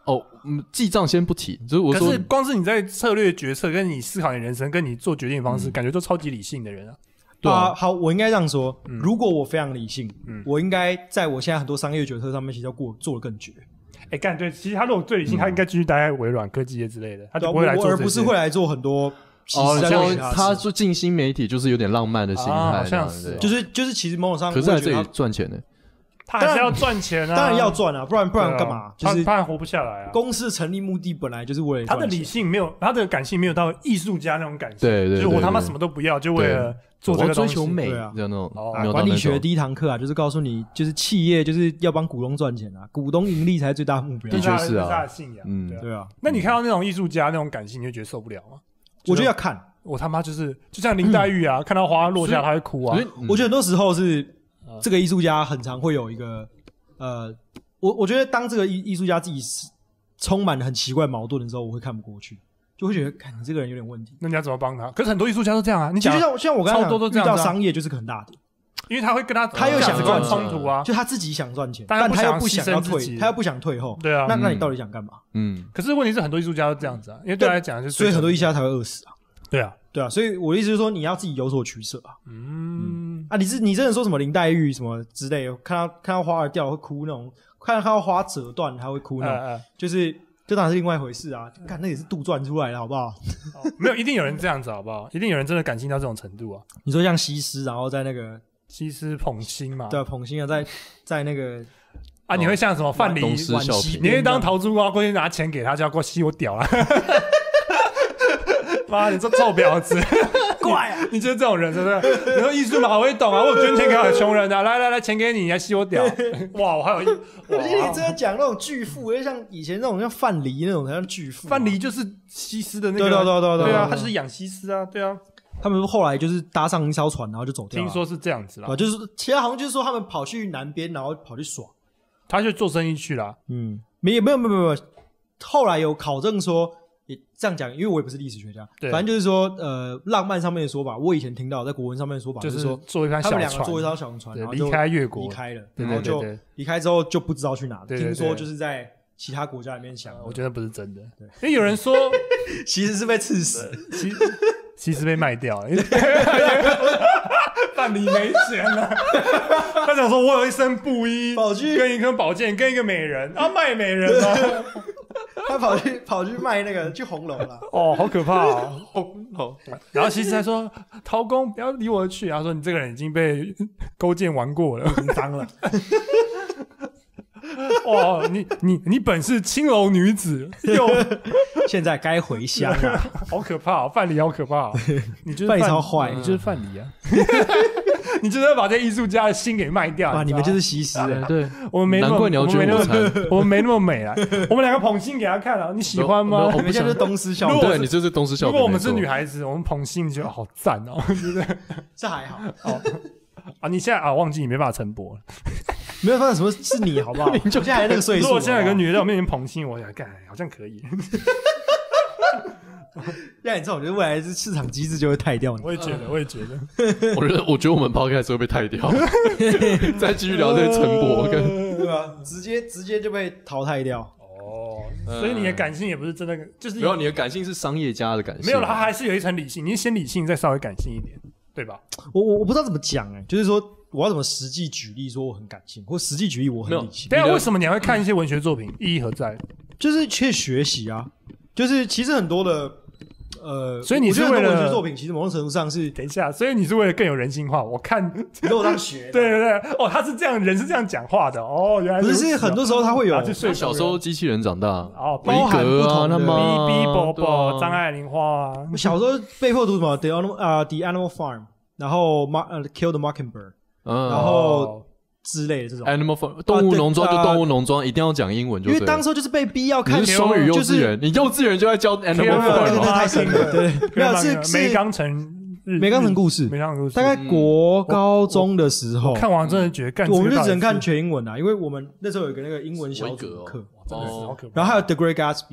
哦，嗯，记账先不提，就是我说， 可是光是你在策略决策，跟你思考你人生，跟你做决定的方式，嗯、感觉都超级理性的人啊。 对啊，好，我应该这样说，嗯、如果我非常理性，嗯、我应该在我现在很多商业决策上面，其实要过做得更绝。 哎，干对，其实他如果最理性，嗯、他应该继续待在微软科技业之类的，他就不会来做这些， 而不是会来做很多。 哦，像他做进新媒体，就是有点浪漫的心态， 啊、好像是、哦， 就是就是其实某种上， 可是在这里赚钱呢。 他还是要赚钱啊， 当然要赚啊，不然不然干嘛？就是他活不下来啊。 公司成立目的本来就是为了他的理性没有，他的感性没有到艺术家那种感性。 对对， 就是我他妈什么都不要，就为了做这个东西。 追求美， 对啊， 那种管理学第一堂课啊，就是告诉你，就是企业就是要帮股东赚钱啊，股东盈利才是最大的目标。 的确是啊，他的信仰。 嗯，对啊。 那你看到那种艺术家那种感性，你就觉得受不了吗？ 我觉得要看， 我他妈就是就像林黛玉啊，看到花落下他会哭啊。 我觉得很多时候是这个艺术家很常会有一个。呃，我我觉得当这个艺艺术家自己充满了很奇怪矛盾的时候，我会看不过去，就会觉得，看你这个人有点问题。 那你要怎么帮他？可是很多艺术家都这样啊，你讲就像像我刚才讲， 超多都这样、 啊，遇到商业就是个很大的， 因为他会跟他他又想赚冲突啊， 就他自己想赚钱， 但他又不想要退，他又不想退后， 对啊， 那那你到底想干嘛？ 嗯， 可是问题是很多艺术家都这样子啊，因为对他来讲就是， 所以很多艺术家才会饿死啊。 对啊， 对啊，所以我的意思是说，你要自己有所取舍啊。嗯啊，你是你真的说什么林黛玉什么之类的，看到看到花儿掉了会哭那种。看到花折断还会哭那种，呃呃、就是这当然是另外一回事啊！看那也是杜撰出来的，好不好？ 哦、没有，一定有人这样子，好不好？一定有人真的感性到这种程度啊！ 你说像西施，然后在那个西施捧心嘛？ 对，捧心啊，在在那个啊，你会像什么范蠡？你会当陶朱啊，过去拿钱给他，就要给我吸我屌了！妈，你这臭婊子！ 怪啊！ 你就是这种人，是不是？你说艺术嘛，我会懂啊，我捐钱给好穷人啊，来来来，钱给你，你还吸我屌！哇，我还有， 而且你真的讲那种巨富，就像以前那种像范蠡那种，像巨富。 范蠡就是西施的那个， 对对对对对啊，他就是养西施啊，对啊。 他们后来就是搭上一艘船，然后就走掉了。 听说是这样子啦， 啊，就是其实好像就是说他们跑去南边，然后跑去耍， 他就做生意去了。 嗯，没有没有没有没有，后来有考证说。也这样讲，因为我也不是历史学家，反正就是说，呃，浪漫上面的说法，我以前听到在国文上面的说法，就是说坐一艘小船， 他们两个坐一艘小船，然后离开越国， 离开了，然后就离开之后就不知道去哪了。听说就是在其他国家里面想， 我觉得不是真的，对，因为有人说其实是被刺死， 其其实被卖掉了，范蠡没钱了，他想说我有一身布衣，跟一颗宝剑，跟一个美人，啊，卖美人吗？ 他跑去跑去卖那个去红楼了， 哦，好可怕哦！红楼，然后其实还说陶公不要离我而去，他说你这个人已经被勾践玩过了， 很脏了。 哇，你你你本是青楼女子，又现在该回乡了， 好可怕、哦！范蠡好可怕、哦，你就是范蠡超坏， 你就是范蠡啊！你就是要把这艺术家的心给卖掉啊！你们就是西施人， 对， 我们没那么， 难怪你要捐午餐， 我们没那么美啊！我们两个捧心给他看了，你喜欢吗？ 我们现在是东施效颦， 对你就是东施效颦。 如果我们是女孩子，我们捧心就好赞哦，对不对？ 这还好哦啊！你现在啊，忘记你没办法晨勃了。 没有发现什么是你好不好？你现在还那个岁数， 如果现在有个女的在我面前捧心，我想干，好像可以。 像你这种，我觉得未来是市场机制就会汰掉你。 我也觉得，我也觉得。 我觉得，我觉得我们 podcast 会被汰掉，再继续聊这些晨勃跟对吧？直接直接就被淘汰掉。 哦，所以你的感性也不是真的，就是没有你的感性是商业家的感性， 没有了，它还是有一层理性。你是先理性，再稍微感性一点，对吧？ 我我我不知道怎么讲哎、欸，就是说。我要怎么实际举例说我很感性，或实际举例我很理性？ 对啊，为什么你还会看一些文学作品？意义何在？ 就是去学习啊，就是其实很多的呃， 所以你是为了文学作品，其实某种程度上是等一下，所以你是为了更有人性化。我看你都当学， 对对对，哦，他是这样，人是这样讲话的哦，原来不是，是很多时候他会有， 就小时候机器人长大哦，包含不同的 B B 宝宝、张爱玲花啊， 我小时候被迫读什么 The Animal 啊 The Animal Farm， 然后 Kill the Mockingbird。嗯，然后之类的这种 Animal Farm 动物农庄就动物农庄，一定要讲英文就对了， 因为当时候就是被逼要看。 你是双语幼稚园，你幼稚园就在教 Animal Farm， 那个太深了。对，没有是是梅冈城梅冈城故事， 梅冈城故事， 大概国高中的时候看完真的觉得干， 我们就只能看全英文啊，因为我们那时候有个那个英文小组课， 真的是好可怕。 然后还有 The Great Gatsby 啊。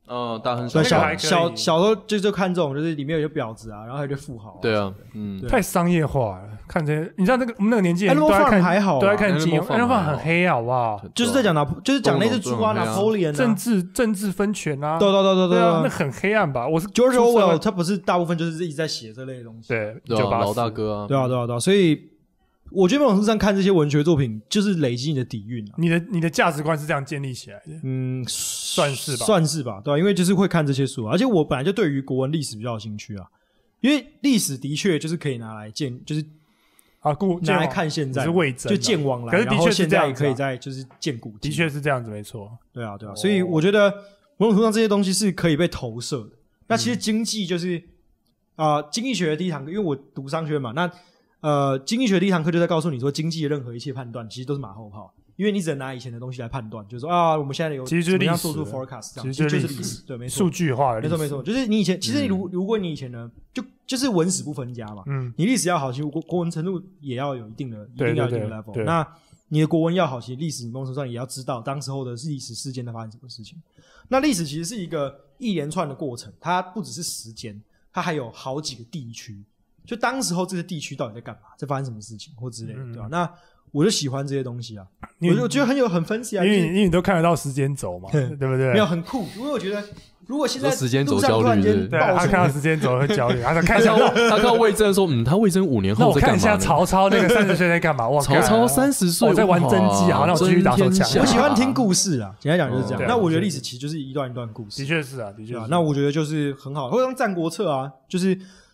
哦，大亨小小小小时候就就看这种，就是里面有些婊子啊，然后还有些富豪、啊。 对啊，嗯， 太商业化了。看这些，你知道那个我们那个年纪人都在看，还好、啊， 都在看金庸。Animal Farm 很黑，好不好？ 就是在讲拿，就是讲那只猪啊，拿 Napoleon 政治政治分权啊。 对对对对对啊，那很黑暗吧？我是 George Orwell， 他不是大部分就是一直在写这类的东西。 对， 对啊，老大哥啊。 对啊对啊对啊，所以。我觉得某种程度上看这些文学作品，就是累积你的底蕴、啊、 你的你的价值观是这样建立起来的， 嗯， 算是吧， 算是吧，对吧、啊？因为就是会看这些书、啊，而且我本来就对于国文历史比较有兴趣啊，因为历史的确就是可以拿来见，就是啊，故拿来看现在， 是魏征、啊， 就见往来， 可是的确是现在也可以在就是见古， 的确是这样子，没错， 对啊，对啊，所以我觉得某种程度上这些东西是可以被投射的。那其实经济就是啊、呃，经济学的第一堂课，因为我读商学嘛，那。呃，经济学第一堂课就在告诉你说，经济的任何一切判断其实都是马后炮，因为你只能拿以前的东西来判断，就是说啊，我们现在有其实就是历史做出 forecast， 这样其实就是历史，对，没错， 数据化的历史， 没错没错，就是你以前，其实如、嗯、如果你以前呢，就就是文史不分家嘛，嗯，你历史要好，其实国国文程度也要有一定的，一定要有一定的 level， 对对对， 那你的国文要好，其实历史某种程度上也要知道当时候的历史事件在发生什么事情。那历史其实是一个一连串的过程，它不只是时间，它还有好几个地区。就当时候这个地区到底在干嘛，在发生什么事情或之类的，嗯、对吧、啊？那我就喜欢这些东西啊，我就觉得很有很分析啊， 因为因为你都看得到时间轴嘛，对不对？ 没有很酷，因为我觉得如果现在时间轴焦虑， 对，他看到时间轴会焦虑，他看一下他看到魏征说，嗯，他魏征五年后在干嘛？ 那我看一下曹操那个三十岁在干嘛？哇， 曹操三十岁我在玩真机，好，那我继续打手枪。 我喜欢听故事啊，简单讲就是这样。那我觉得历史其实就是一段一段故事， 的确是啊，的确是。 那我觉得就是很好，或者像《战国策》啊，就是。《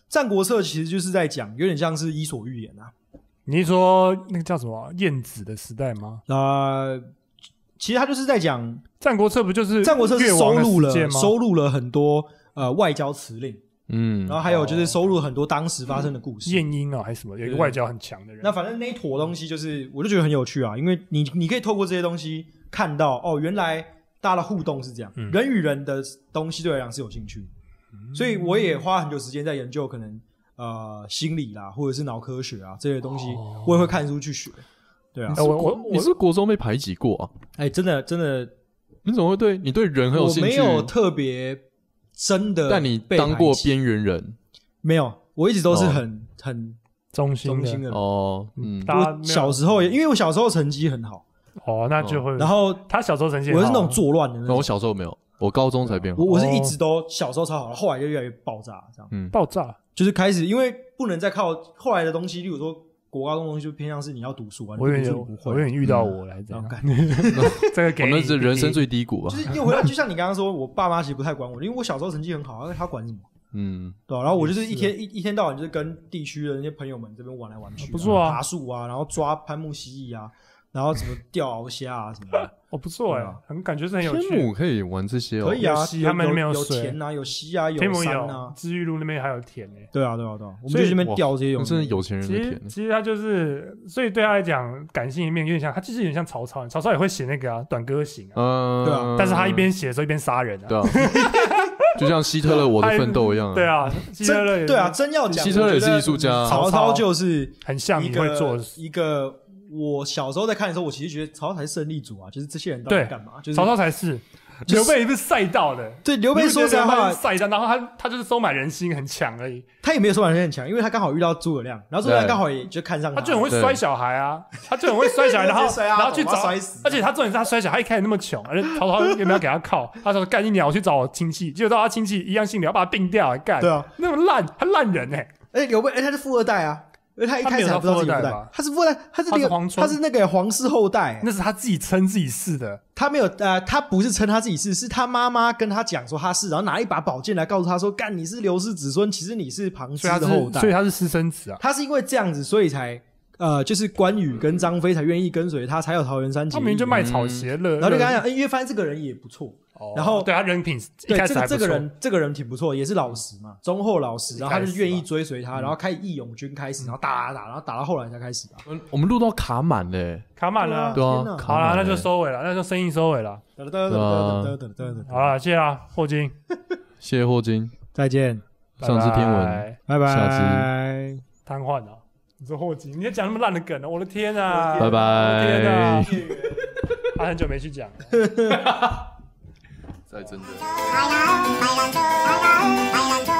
战国策》其实就是在讲，有点像是伊索寓言啊。 你是说那个叫什么晏子的时代吗？ 呃，其实他就是在讲《 战国策》，不就是《 战国策》是收录了收录了很多呃外交辞令，嗯，然后还有就是收录了很多当时发生的故事。 晏婴啊，还是什么，有一个外交很强的人。 那反正那一坨东西就是，我就觉得很有趣啊，因为你你可以透过这些东西看到，哦，原来大家的互动是这样，嗯、人与人的东西对我来讲是有兴趣的。所以我也花很久时间在研究可能呃心理啦，或者是脑科学啊这些东西，我也会看书去学。对啊， 我我你是国中被排挤过啊？ 哎，真的真的， 你怎么会对你对人很有兴趣？ 我没有特别真的， 但你当过边缘人？ 没有，我一直都是很、哦、很中心中心的哦。嗯， 我小时候也因为我小时候成绩很好哦，那就会。 然后他小时候成绩很好， 我是那种作乱的那种。 我小时候没有。我高中才变好， 我我是一直都小时候超好，后来就越来越爆炸，这样。 嗯，爆炸就是开始，因为不能再靠后来的东西，例如说国高中的东西，就偏向是你要读书啊。 我有点，我有点遇到我来这样，这个给那是人生最低谷吧。 就是又回来，就像你刚刚说，我爸妈其实不太管我，因为我小时候成绩很好，他管什么？嗯，对吧、啊？然后我就是一天一一天到晚就是跟地区的那些朋友们这边玩来玩去、啊， 不错啊， 爬树啊，然后抓攀木蜥蜴啊。然后什么钓鳌虾啊什么的， 哦不错哎、欸，很感觉是很有趣。 天母可以玩这些哦， 可以啊， 他们那边有有田啊，有溪啊，有山啊， 知玉路那边还有田哎、欸。 对啊，对啊，对啊，我们就这边钓这些有， 真的有钱人的田。 其实其实他就是，所以对他来讲，感性一面有点像，他其实有点像曹操，曹操也会写那个啊短歌行啊，嗯，对啊，但是他一边写的时候一边杀人啊， 对啊。就像希特勒我的奋斗一样、啊， 对啊，希特勒对啊，真要讲， 希特勒也是艺术家， 曹操就是很像你会做一个。我小时候在看的时候，我其实觉得曹操才是胜利组啊，就是这些人到底干嘛？就是曹操才是。刘备也是赛道的， 对刘备说实在话， 赛道，然后他他就是收买人心很强而已。 他也没有收买人心很强，因为他刚好遇到诸葛亮，然后诸葛亮刚好也就看上他， 他就很会摔小孩啊，他就很会摔小孩，然后然后去找，而且他重点是他摔小孩一开始那么穷，而且曹操有没有给他靠？他说干一鸟，我去找我亲戚，结果到他亲戚一样姓刘，把他并掉，干对啊， 那么烂，他烂人哎、欸， 而且刘备，哎，他是富二代啊。因为他一开始还不知道自己富二代，他是富二代，他是那个，他是那个皇室后代， 那是他自己称自己是的。 他没有，呃，他不是称他自己是，是他妈妈跟他讲说他是，然后拿一把宝剑来告诉他说：“干，你是刘氏子孙，其实你是庞师的后代。” 所以他是私生子啊。 他是因为这样子，所以才呃，就是关羽跟张飞才愿意跟随他，才有桃园三结义。 他明明就卖草鞋了， 然后就跟他讲，哎，因为发现这个人也不错。 哦、 然后对他人品一对开始还不错， 这个这个人这个人挺不错，也是老实嘛，忠厚老实，然后他就愿意追随他，然后开始义勇军开始，然后打打打，然后打到后来才开始打。 嗯，我们录到卡满嘞， 卡满了， 对啊， 好了，那就收尾了，那就生意收尾了。好了，谢啦，霍金， 谢谢霍金， 再见。 上知天文， 拜拜。 下知瘫痪了。你说霍金，你在讲那么烂的梗呢？我的天啊！ 拜拜。 天啊！他很久没去讲了。 才真的。 白兰白兰州，白兰白兰州。